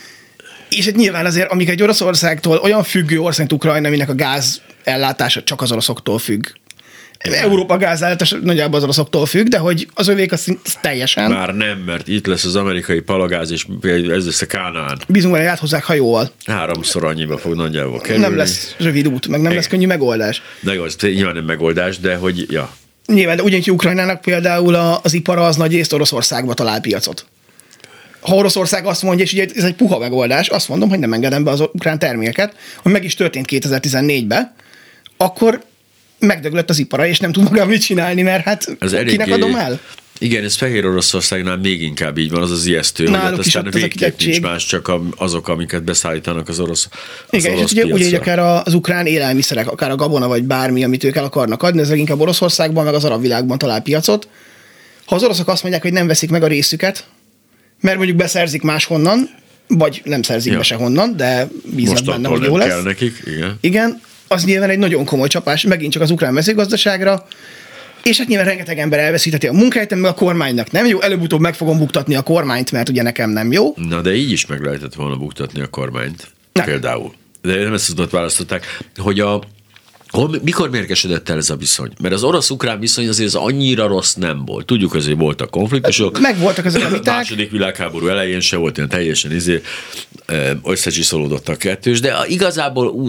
És hát nyilván azért, amíg egy Oroszországtól olyan függő ország, mint Ukrajna, aminek a gáz ellátása csak az oroszoktól függ. Európa gázellátása nagyjából az oroszoktól függ, de hogy az övék az teljesen. Már nem, mert itt lesz az amerikai palagáz, és ez lesz a Kánaán. Bízunk vele, hogy áthozzák hajóval. 3-szor annyiba fog nagyjából kerülni. Nem lesz rövid út, meg nem lesz könnyű megoldás. De jó, ez nyilván nem megoldás, de hogy, ja. Nyilván, de ugyanígy Ukrajnának például az ipara az nagy részt Oroszországba talál piacot. Ha Oroszország azt mondja, és ugye ez egy puha megoldás, azt mondom, hogy nem engedem be az ukrán termékeket, ami meg is történt 2014-ben, akkor megdöglött az ipara, és nem tud magam mit csinálni, mert hát ez kinek adom el? Igen, ez Fehér Oroszországnál még inkább így van, az az ijesztő, hogy hát aztán végképp nincs más, csak azok, amiket beszállítanak az orosz igen, orosz és ugye úgy, akár az ukrán élelmiszerek, akár a gabona, vagy bármi, amit ők el akarnak adni, ez inkább Oroszországban, meg az arab világban talál piacot. Ha az oroszok azt mondják, hogy nem veszik meg a részüket, mert mondjuk beszerzik máshonnan, vagy nem szerzik be sehonnan, de bíznak benne, hogy jó lesz. Kell nekik, igen. Igen, az nyilván egy nagyon komoly csapás, megint csak az ukrán mezőgazdaságra, és hát nyilván rengeteg ember elveszítheti a munkáját, mert a kormánynak nem jó, előbb-utóbb meg fogom buktatni a kormányt, mert ugye nekem nem jó. Na, de így is meg lehetett volna buktatni a kormányt. Nem. Például. De nem ezt tudott választották, hogy mikor mérgesedett el ez a viszony? Mert az orosz-ukrán viszony azért az annyira rossz nem volt. Tudjuk, azért voltak konfliktusok. Megvoltak ezek a viták. A második világháború elején se volt ilyen teljesen összecsiszolódott a kettős, de igazából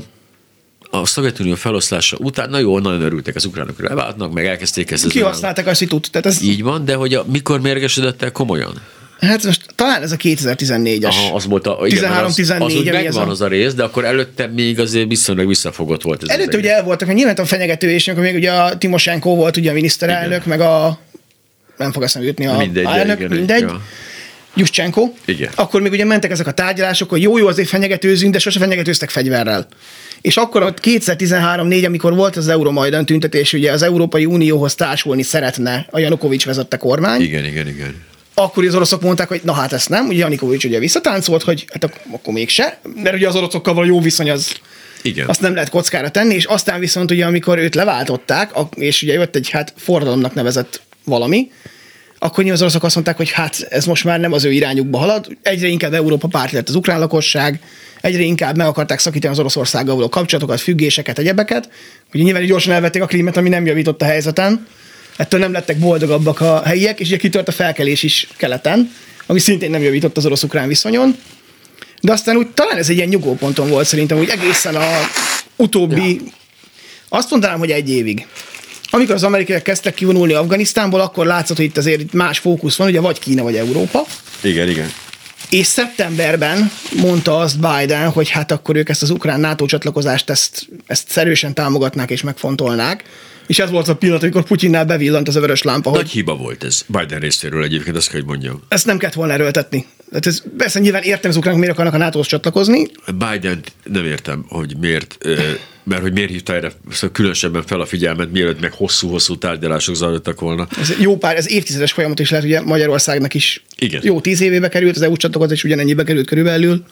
a Szovjetunió feloszlása után nagyon örültek az ukránok, hogy leváltnak, meg elkezdték ezt. Kihasználták a szitut. Így van, de hogy mikor mérgesedett el komolyan? Hát most talán ez a 2014-es. Aha, az volt a 13-14. Az úgy megvan az a rész, de akkor előtte még azért viszonylag visszafogott volt ez. Előtte ugye el voltak, hogy nyilván a fenyegetős, amikor még ugye a Timoshenko volt ugye a miniszterelnök, igen. Meg nem fog eszembe jutni a elnök, mindegy. Ja. Juszcsenko. Igen. Akkor még ugye mentek ezek a tárgyalások, hogy jó, azért fenyegetőzünk, de sose fenyegetőztek fegyverrel. És akkor a 2013-4, amikor volt az Euromajdan tüntetés, ugye az Európai Unióhoz társulni szeretne a Janukovics vezette kormány. Igen. Akkor az oroszok mondták, hogy na hát ezt nem, ugye Janukovics ugye visszatáncolt, hogy hát akkor mégse, mert ugye az oroszokkal való jó viszony az, igen. Azt nem lehet kockára tenni, és aztán viszont ugye amikor őt leváltották, és ugye jött egy forradalomnak nevezett valami, akkor nyilván az oroszok azt mondták, hogy hát ez most már nem az ő irányukba halad, egyre inkább Európa párt lett az ukrán lakosság, egyre inkább meg akarták szakítani az Oroszországgal való kapcsolatokat, függéseket, egyebeket, ugye nyilván gyorsan elvették a Krímet, ami nem javított a helyzeten, ettől nem lettek boldogabbak a helyiek, és ugye kitört a felkelés is keleten, ami szintén nem javított az orosz-ukrán viszonyon, de aztán úgy talán ez egy ilyen nyugvóponton volt szerintem, úgy egészen a utóbbi, azt mondanám, hogy 1 évig. Amikor az amerikaiak kezdtek kivonulni Afganisztánból, akkor látszott, hogy itt más fókusz van, ugye vagy Kína, vagy Európa. Igen. És szeptemberben mondta azt Biden, hogy hát akkor ők ezt az ukrán NATO csatlakozást ezt szerűsen támogatnák és megfontolnák. És ez volt a pillanat, amikor Putyinnál bevillant az a vörös lámpa. Nagy hiba volt ez Biden részéről egyébként, azt kell, hogy mondjam. Ezt nem kellett volna erőltetni. Tehát ez, persze nyilván értem az ukránok, miért akarnak a NATO-hoz csatlakozni. Biden nem értem, hogy miért, mert hogy miért hívta erre különösebben fel a figyelmet, mielőtt meg hosszú-hosszú tárgyalások zajlottak volna. Ez évtizedes folyamat is lehet, ugye Magyarországnak is igen. Jó 10 évébe került, az EU csatlakozás is ugyanennyibe került körülbelül.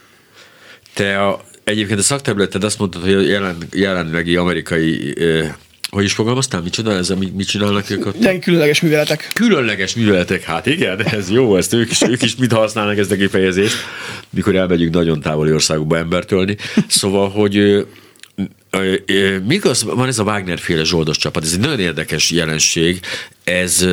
Egyébként a szakterületed azt mondtad, hogy jelenlegi amerikai hogy is fogalmaztál? Micsoda ez, mit csinálnak ők ott? Ilyen különleges műveletek. Különleges műveletek, hát igen, ez jó, ezt ők is mit használnak ezt a kifejezést, mikor elmegyünk nagyon távoli országokba embert ölni. Szóval, hogy mikor van ez a Wagner-féle zsoldos csapat, ez egy nagyon érdekes jelenség, ez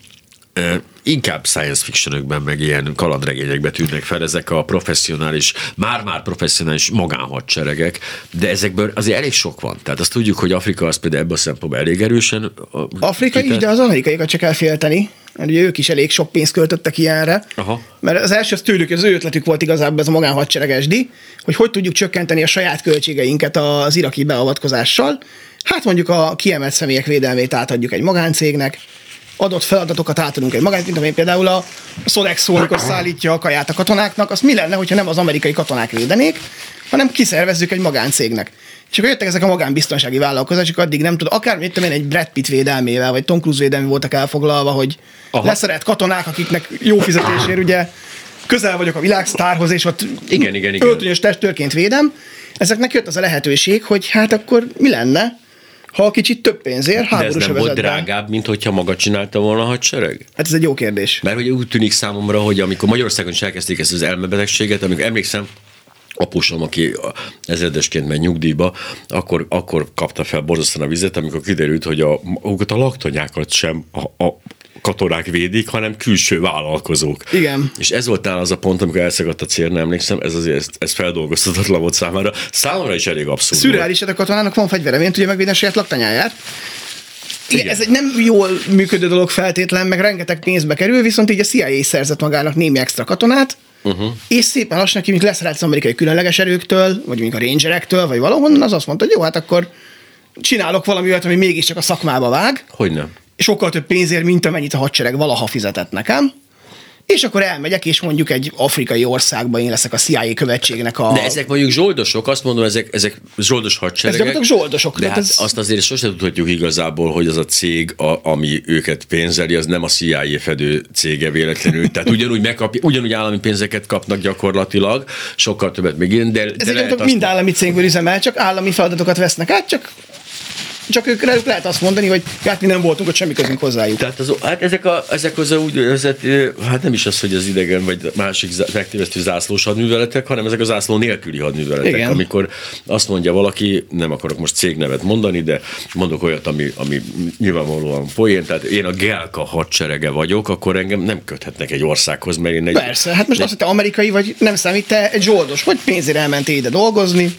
inkább science fictionökben, meg ilyen kalandregényekben tűnnek fel ezek a professzionális, már professzionális magánhadseregek, de ezekből azért elég sok van. Tehát azt tudjuk, hogy Afrika az például ebből a szempontból elég erősen. Afrika is, de az amerikaiakat csak kell félteni, mert ugye ők is elég sok pénzt költöttek ilyenre. Aha. Mert az első az ő ötletük volt igazából ez a magánhadseregesdi, hogy tudjuk csökkenteni a saját költségeinket az iraki beavatkozással. Hát mondjuk a kiemelt személyek védelmét átadjuk egy magáncégnek, adott feladatokat átadunk egy magányt, mint amely például a Sodexo, amikor szállítja a kaját a katonáknak, az mi lenne, hogyha nem az amerikai katonák védenék, hanem kiszervezzük egy magáncégnek. És akkor jöttek ezek a magánbiztonsági vállalkozások, addig nem tudom, akár mit tudom én, egy Brad Pitt védelmével, vagy Tom Cruise védelmi voltak elfoglalva, hogy leszerelt katonák, akiknek jó fizetésért ugye közel vagyok a világsztárhoz, és ott igen. öltönyös testőrként védem. Ezeknek jött az a lehetőség, hogy hát akkor mi lenne, ha kicsit több pénzért háborús övezetben. De ez nem volt drágább, mint hogyha maga csinálta volna a hadsereg? Hát ez egy jó kérdés. Mert hogy úgy tűnik számomra, hogy amikor Magyarországon is elkezdték ezt az elmebetegséget, amikor emlékszem, apósom, aki ezredesként megy nyugdíjba, akkor kapta fel borzasztóan a vizet, amikor kiderült, hogy a laktanyákat sem a katonák védik, hanem külső vállalkozók. Igen. És ez volt nála az a pont, amikor elszakadt a cérna, emlékszem, ez feldolgozhatatlan volt számára. Számomra is elég abszurd. Szürreális, hogy a katonának van fegyvere, miért tudja megvédeni a saját laktanyáját. Igen, ez egy nem jól működő dolog feltétlen, meg rengeteg pénzbe kerül, viszont így a CIA szerzett magának némi extra katonát, és szépen lassan, aki leszerelt az amerikai különleges erőktől, vagy mondjuk a rangerektől, vagy valahonnan, az azt mondta, hogy jó, hát akkor csinálok valami olyat, ami mégiscsak a szakmába vág. Hogyne. Sokkal több pénzért, mint amennyit a hadsereg valaha fizetett nekem. És akkor elmegyek, és mondjuk egy afrikai országban én leszek a CIA követségnek a... De ezek mondjuk zsoldosok, azt mondom, ezek zsoldos hadseregek. Ezek zsoldosok. De hát azt azért sosem tudhatjuk igazából, hogy az a cég, ami őket pénzeli, az nem a CIA fedő cége véletlenül. Tehát ugyanúgy állami pénzeket kapnak gyakorlatilag, sokkal többet még én, de ezek mind állami cégből üzemel, csak állami feladatokat vesznek át, csak ők lehet azt mondani, hogy hát mi nem voltunk, hogy semmi közünk hozzájuk. Tehát ezek az úgynevezett, hát nem is az, hogy az idegen vagy másik megtévesztő zászlós hadműveletek, hanem ezek a zászló nélküli hadműveletek. Igen. Amikor azt mondja valaki, nem akarok most cégnevet mondani, de mondok olyat, ami nyilvánvalóan poén, tehát én a Gelka hadserege vagyok, akkor engem nem köthetnek egy országhoz, mert én egy... Persze, hát most azt, hogy te amerikai vagy, nem számít, te egy zsoldos vagy, pénzért elmentél ide dolgozni.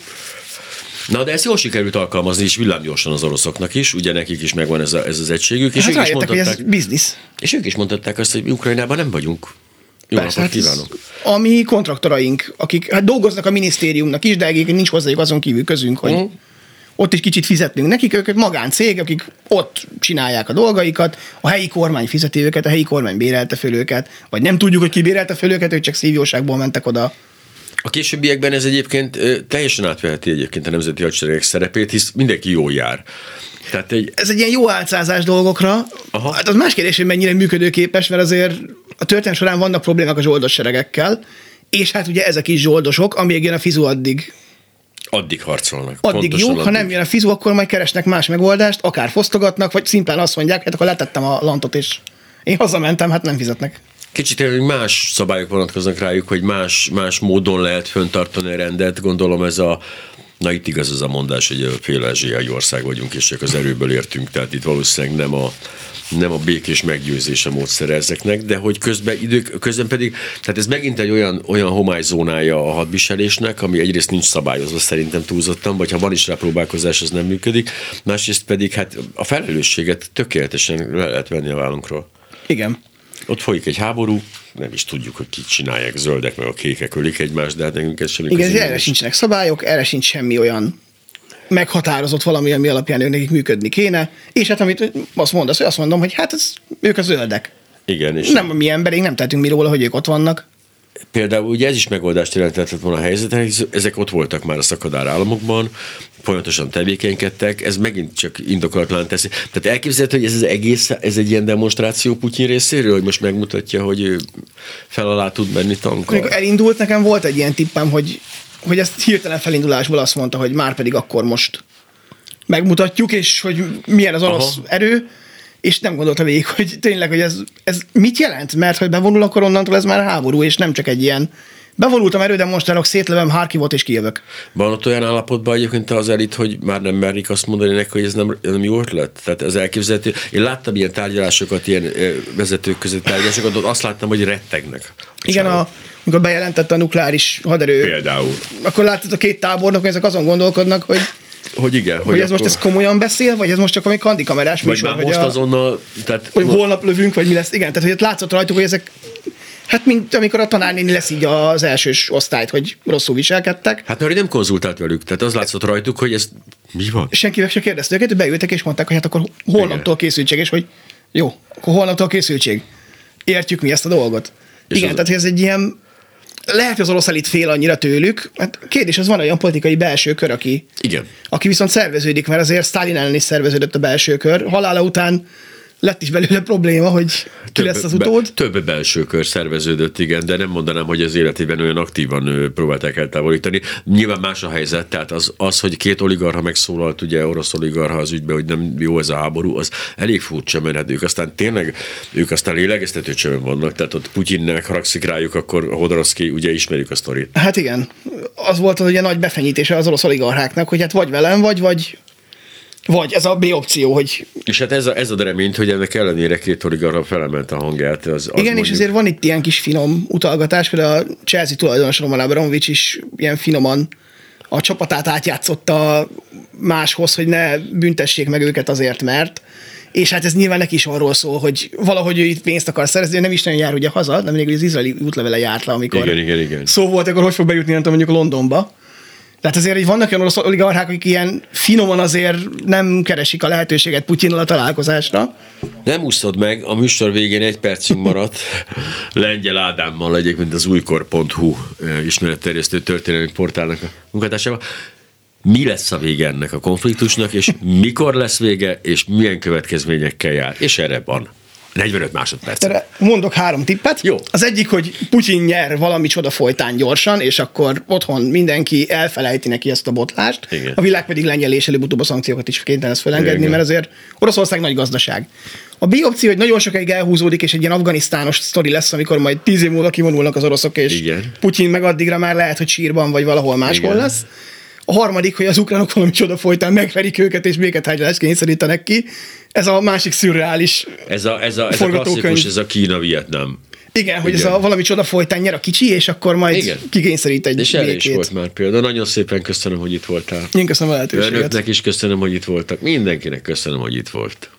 Na, de ezt jól sikerült alkalmazni, és villámgyorsan az oroszoknak is, ugye nekik is megvan ez az egységük. És hát ők is mondhatták, hogy ez biznisz. És ők is mondhatták azt, hogy mi Ukrajnában nem vagyunk. Jó napot hát kívánok. A mi kontraktoraink, akik hát dolgoznak a minisztériumnak is, de egyébként nincs hozzájuk azon kívül közünk, hogy ott is kicsit fizetünk nekik, ők magáncég, akik ott csinálják a dolgaikat, a helyi kormány fizeti őket, a helyi kormány bérelte föl őket, vagy nem tudjuk, hogy ki bérelte föl őket, ők csak szívjóságból mentek oda. A későbbiekben ez egyébként teljesen átveheti egyébként a nemzeti hadseregek szerepét, hisz mindenki jól jár. Tehát ez egy ilyen jó álcázás dolgokra. Aha. Hát az más kérdés, hogy mennyire működőképes, mert azért a történet során vannak problémák a zsoldos seregekkel, és hát ugye ezek is zsoldosok, amíg jön a fizu addig harcolnak. Addig jók, ha nem jön a fizu, akkor majd keresnek más megoldást, akár fosztogatnak, vagy szimplán azt mondják, hát akkor letettem a lantot, és én hazamentem, hát nem fizetnek. Kicsit más szabályok vonatkoznak rájuk, hogy más módon lehet föntartani a rendet. Gondolom na itt igaz az a mondás, hogy a fél-ázsiai ország vagyunk, és csak az erőből értünk, tehát itt valószínűleg nem a békés meggyőzése módszere ezeknek, de hogy közben pedig, tehát ez megint egy olyan homályzónája a hadviselésnek, ami egyrészt nincs szabályozva szerintem túlzottan, vagy ha van is rá próbálkozás, az nem működik, másrészt pedig hát a felelősséget tökéletesen le lehet venni a vállunkról. Igen. Ott folyik egy háború, nem is tudjuk, hogy kik csinálják, zöldek meg a kékek ölik egymást, de hát nekünk ez semmi. Igen, erre sincsenek szabályok, erre sincs semmi olyan meghatározott valami, ami alapján nekik működni kéne, és hát amit azt mondasz, hogy azt mondom, hogy hát ők a zöldek. Igen. És nem a mi emberünk, nem tehetünk mi róla, hogy ők ott vannak. Például ugye ez is megoldást jelentett volna a helyzetek, ezek ott voltak már a szakadár államokban, folyamatosan tevékenykedtek, ez megint csak indokolatlan teszi. Tehát elképzelhető, hogy ez az egész, ez egy ilyen demonstráció Putyin részéről, hogy most megmutatja, hogy ő fel alá tud menni tankkal. Amikor elindult, nekem volt egy ilyen tippem, hogy ezt hirtelen felindulásból azt mondta, hogy már pedig akkor most megmutatjuk, és hogy milyen az orosz erő, és nem gondolta végig, hogy tényleg, hogy ez mit jelent, mert hogy bevonul, akkor onnantól ez már háború, és nem csak egy ilyen bevonultam, erődemonstrálok, szétlövöm Harkivot és kijövök. Van ott olyan állapotban egyébként az elit, hogy már nem merik azt mondani neki, hogy ez nem jó ötlet? Tehát ez elképzelhető. Én láttam ilyen tárgyalásokat, ilyen vezetők között tárgyalásokat, ott azt láttam, hogy rettegnek. Igen, amikor bejelentette a nukleáris haderő. Például. Akkor láttad a két tábornok, hogy ezek azon gondolkodnak, hogy igen. Hogy ez most ez komolyan beszél, vagy ez most csak valami kandikamerás műsor? Vagy most azonnal... Tehát, hogy holnap lövünk, vagy mi lesz. Igen, tehát hogy látszott rajtuk, hogy ezek... Hát mint amikor a tanárnéni lesz így az elsős osztályt, hogy rosszul viselkedtek. Hát mert nem konzultált velük, tehát az látszott rajtuk, hogy ez mi van? Senkivel se kérdezte őket, beültek és mondták, hogy hát akkor holnaptól készültség, és hogy Jó, akkor holnaptól a készültség. Értjük mi ezt a dolgot. És Igen, tehát ez egy ilyen, lehet, hogy az orosz elit fél annyira tőlük. Hát kérdés, az van olyan politikai belső kör, aki viszont szerveződik, mert azért Sztálin ellen is szerveződött a belső kör. Halála után lett is belőle probléma, hogy ki lesz az utód. Több belső kör szerveződött, igen, de nem mondanám, hogy az életében olyan aktívan próbálták eltávolítani. Nyilván más a helyzet, tehát az, hogy két oligarcha megszólalt, ugye orosz oligarcha az ügyben, hogy nem jó ez a háború, az elég furcsa, mert ők aztán lélegeztető csövön vannak, tehát ott Putyinnek haragszik rájuk, akkor Hodorowski, ugye ismerjük a sztorit. Hát igen, az volt az ugye nagy befenyítése az orosz oligarcháknak, hogy hát vagy velem, vagy ez a B opció, hogy... És hát ez a reményt, hogy ennek ellenére két oligarcha felemelt a hangját. Az igen, mondjuk... és azért van itt ilyen kis finom utalgatás, például a Chelsea tulajdonos Roman Abramovich is ilyen finoman a csapatát átjátszotta máshoz, hogy ne büntessék meg őket azért, mert. És hát ez nyilván neki is arról szól, hogy valahogy ő itt pénzt akar szerezni, nem is nagyon jár ugye haza, de mindig az izraeli útlevele járt le, amikor igen. szó volt, akkor hogy fog bejutni, nem tudom, mondjuk Londonba. Tehát azért így vannak olyan orosz oligarchák, akik ilyen finoman azért nem keresik a lehetőséget Putyinnal a találkozásra. Nem úszod meg, a műsor végén 1 percünk maradt Lengyel Ádámmal, egyébként az újkor.hu ismeretterjesztő történelmi portálnak a munkatársával. Mi lesz a vége ennek a konfliktusnak, és mikor lesz vége, és milyen következményekkel jár? És erre van 45 másodperc. Mondok 3 tippet. Jó. Az egyik, hogy Putyin nyer valami csoda folytán gyorsan, és akkor otthon mindenki elfelejti neki ezt a botlást. Igen. A világ pedig lengyel és előbb-utóbb a szankciókat is kénytelen ezt felengedni, Igen. mert azért Oroszország nagy gazdaság. A B opció, hogy nagyon sokáig elhúzódik, és egy ilyen afganisztános sztori lesz, amikor majd 10 év múlva kivonulnak az oroszok, és Igen. Putyin meg addigra már lehet, hogy sírban vagy valahol máshol Igen. lesz. A harmadik, hogy az ukránok valami csoda folytán megverik őket, és béketárgyalást kényszerítenek ki. Ez a másik szürreális ez a klasszikus, ez a Kína-Vietnám. Igen, hogy ez a valami csoda folytán nyer a kicsi, és akkor majd kikényszerít egy és erre is volt már példa. Nagyon szépen köszönöm, hogy itt voltál. Én köszönöm a lehetőséget. Önöknek is köszönöm, hogy itt voltak. Mindenkinek köszönöm, hogy itt volt.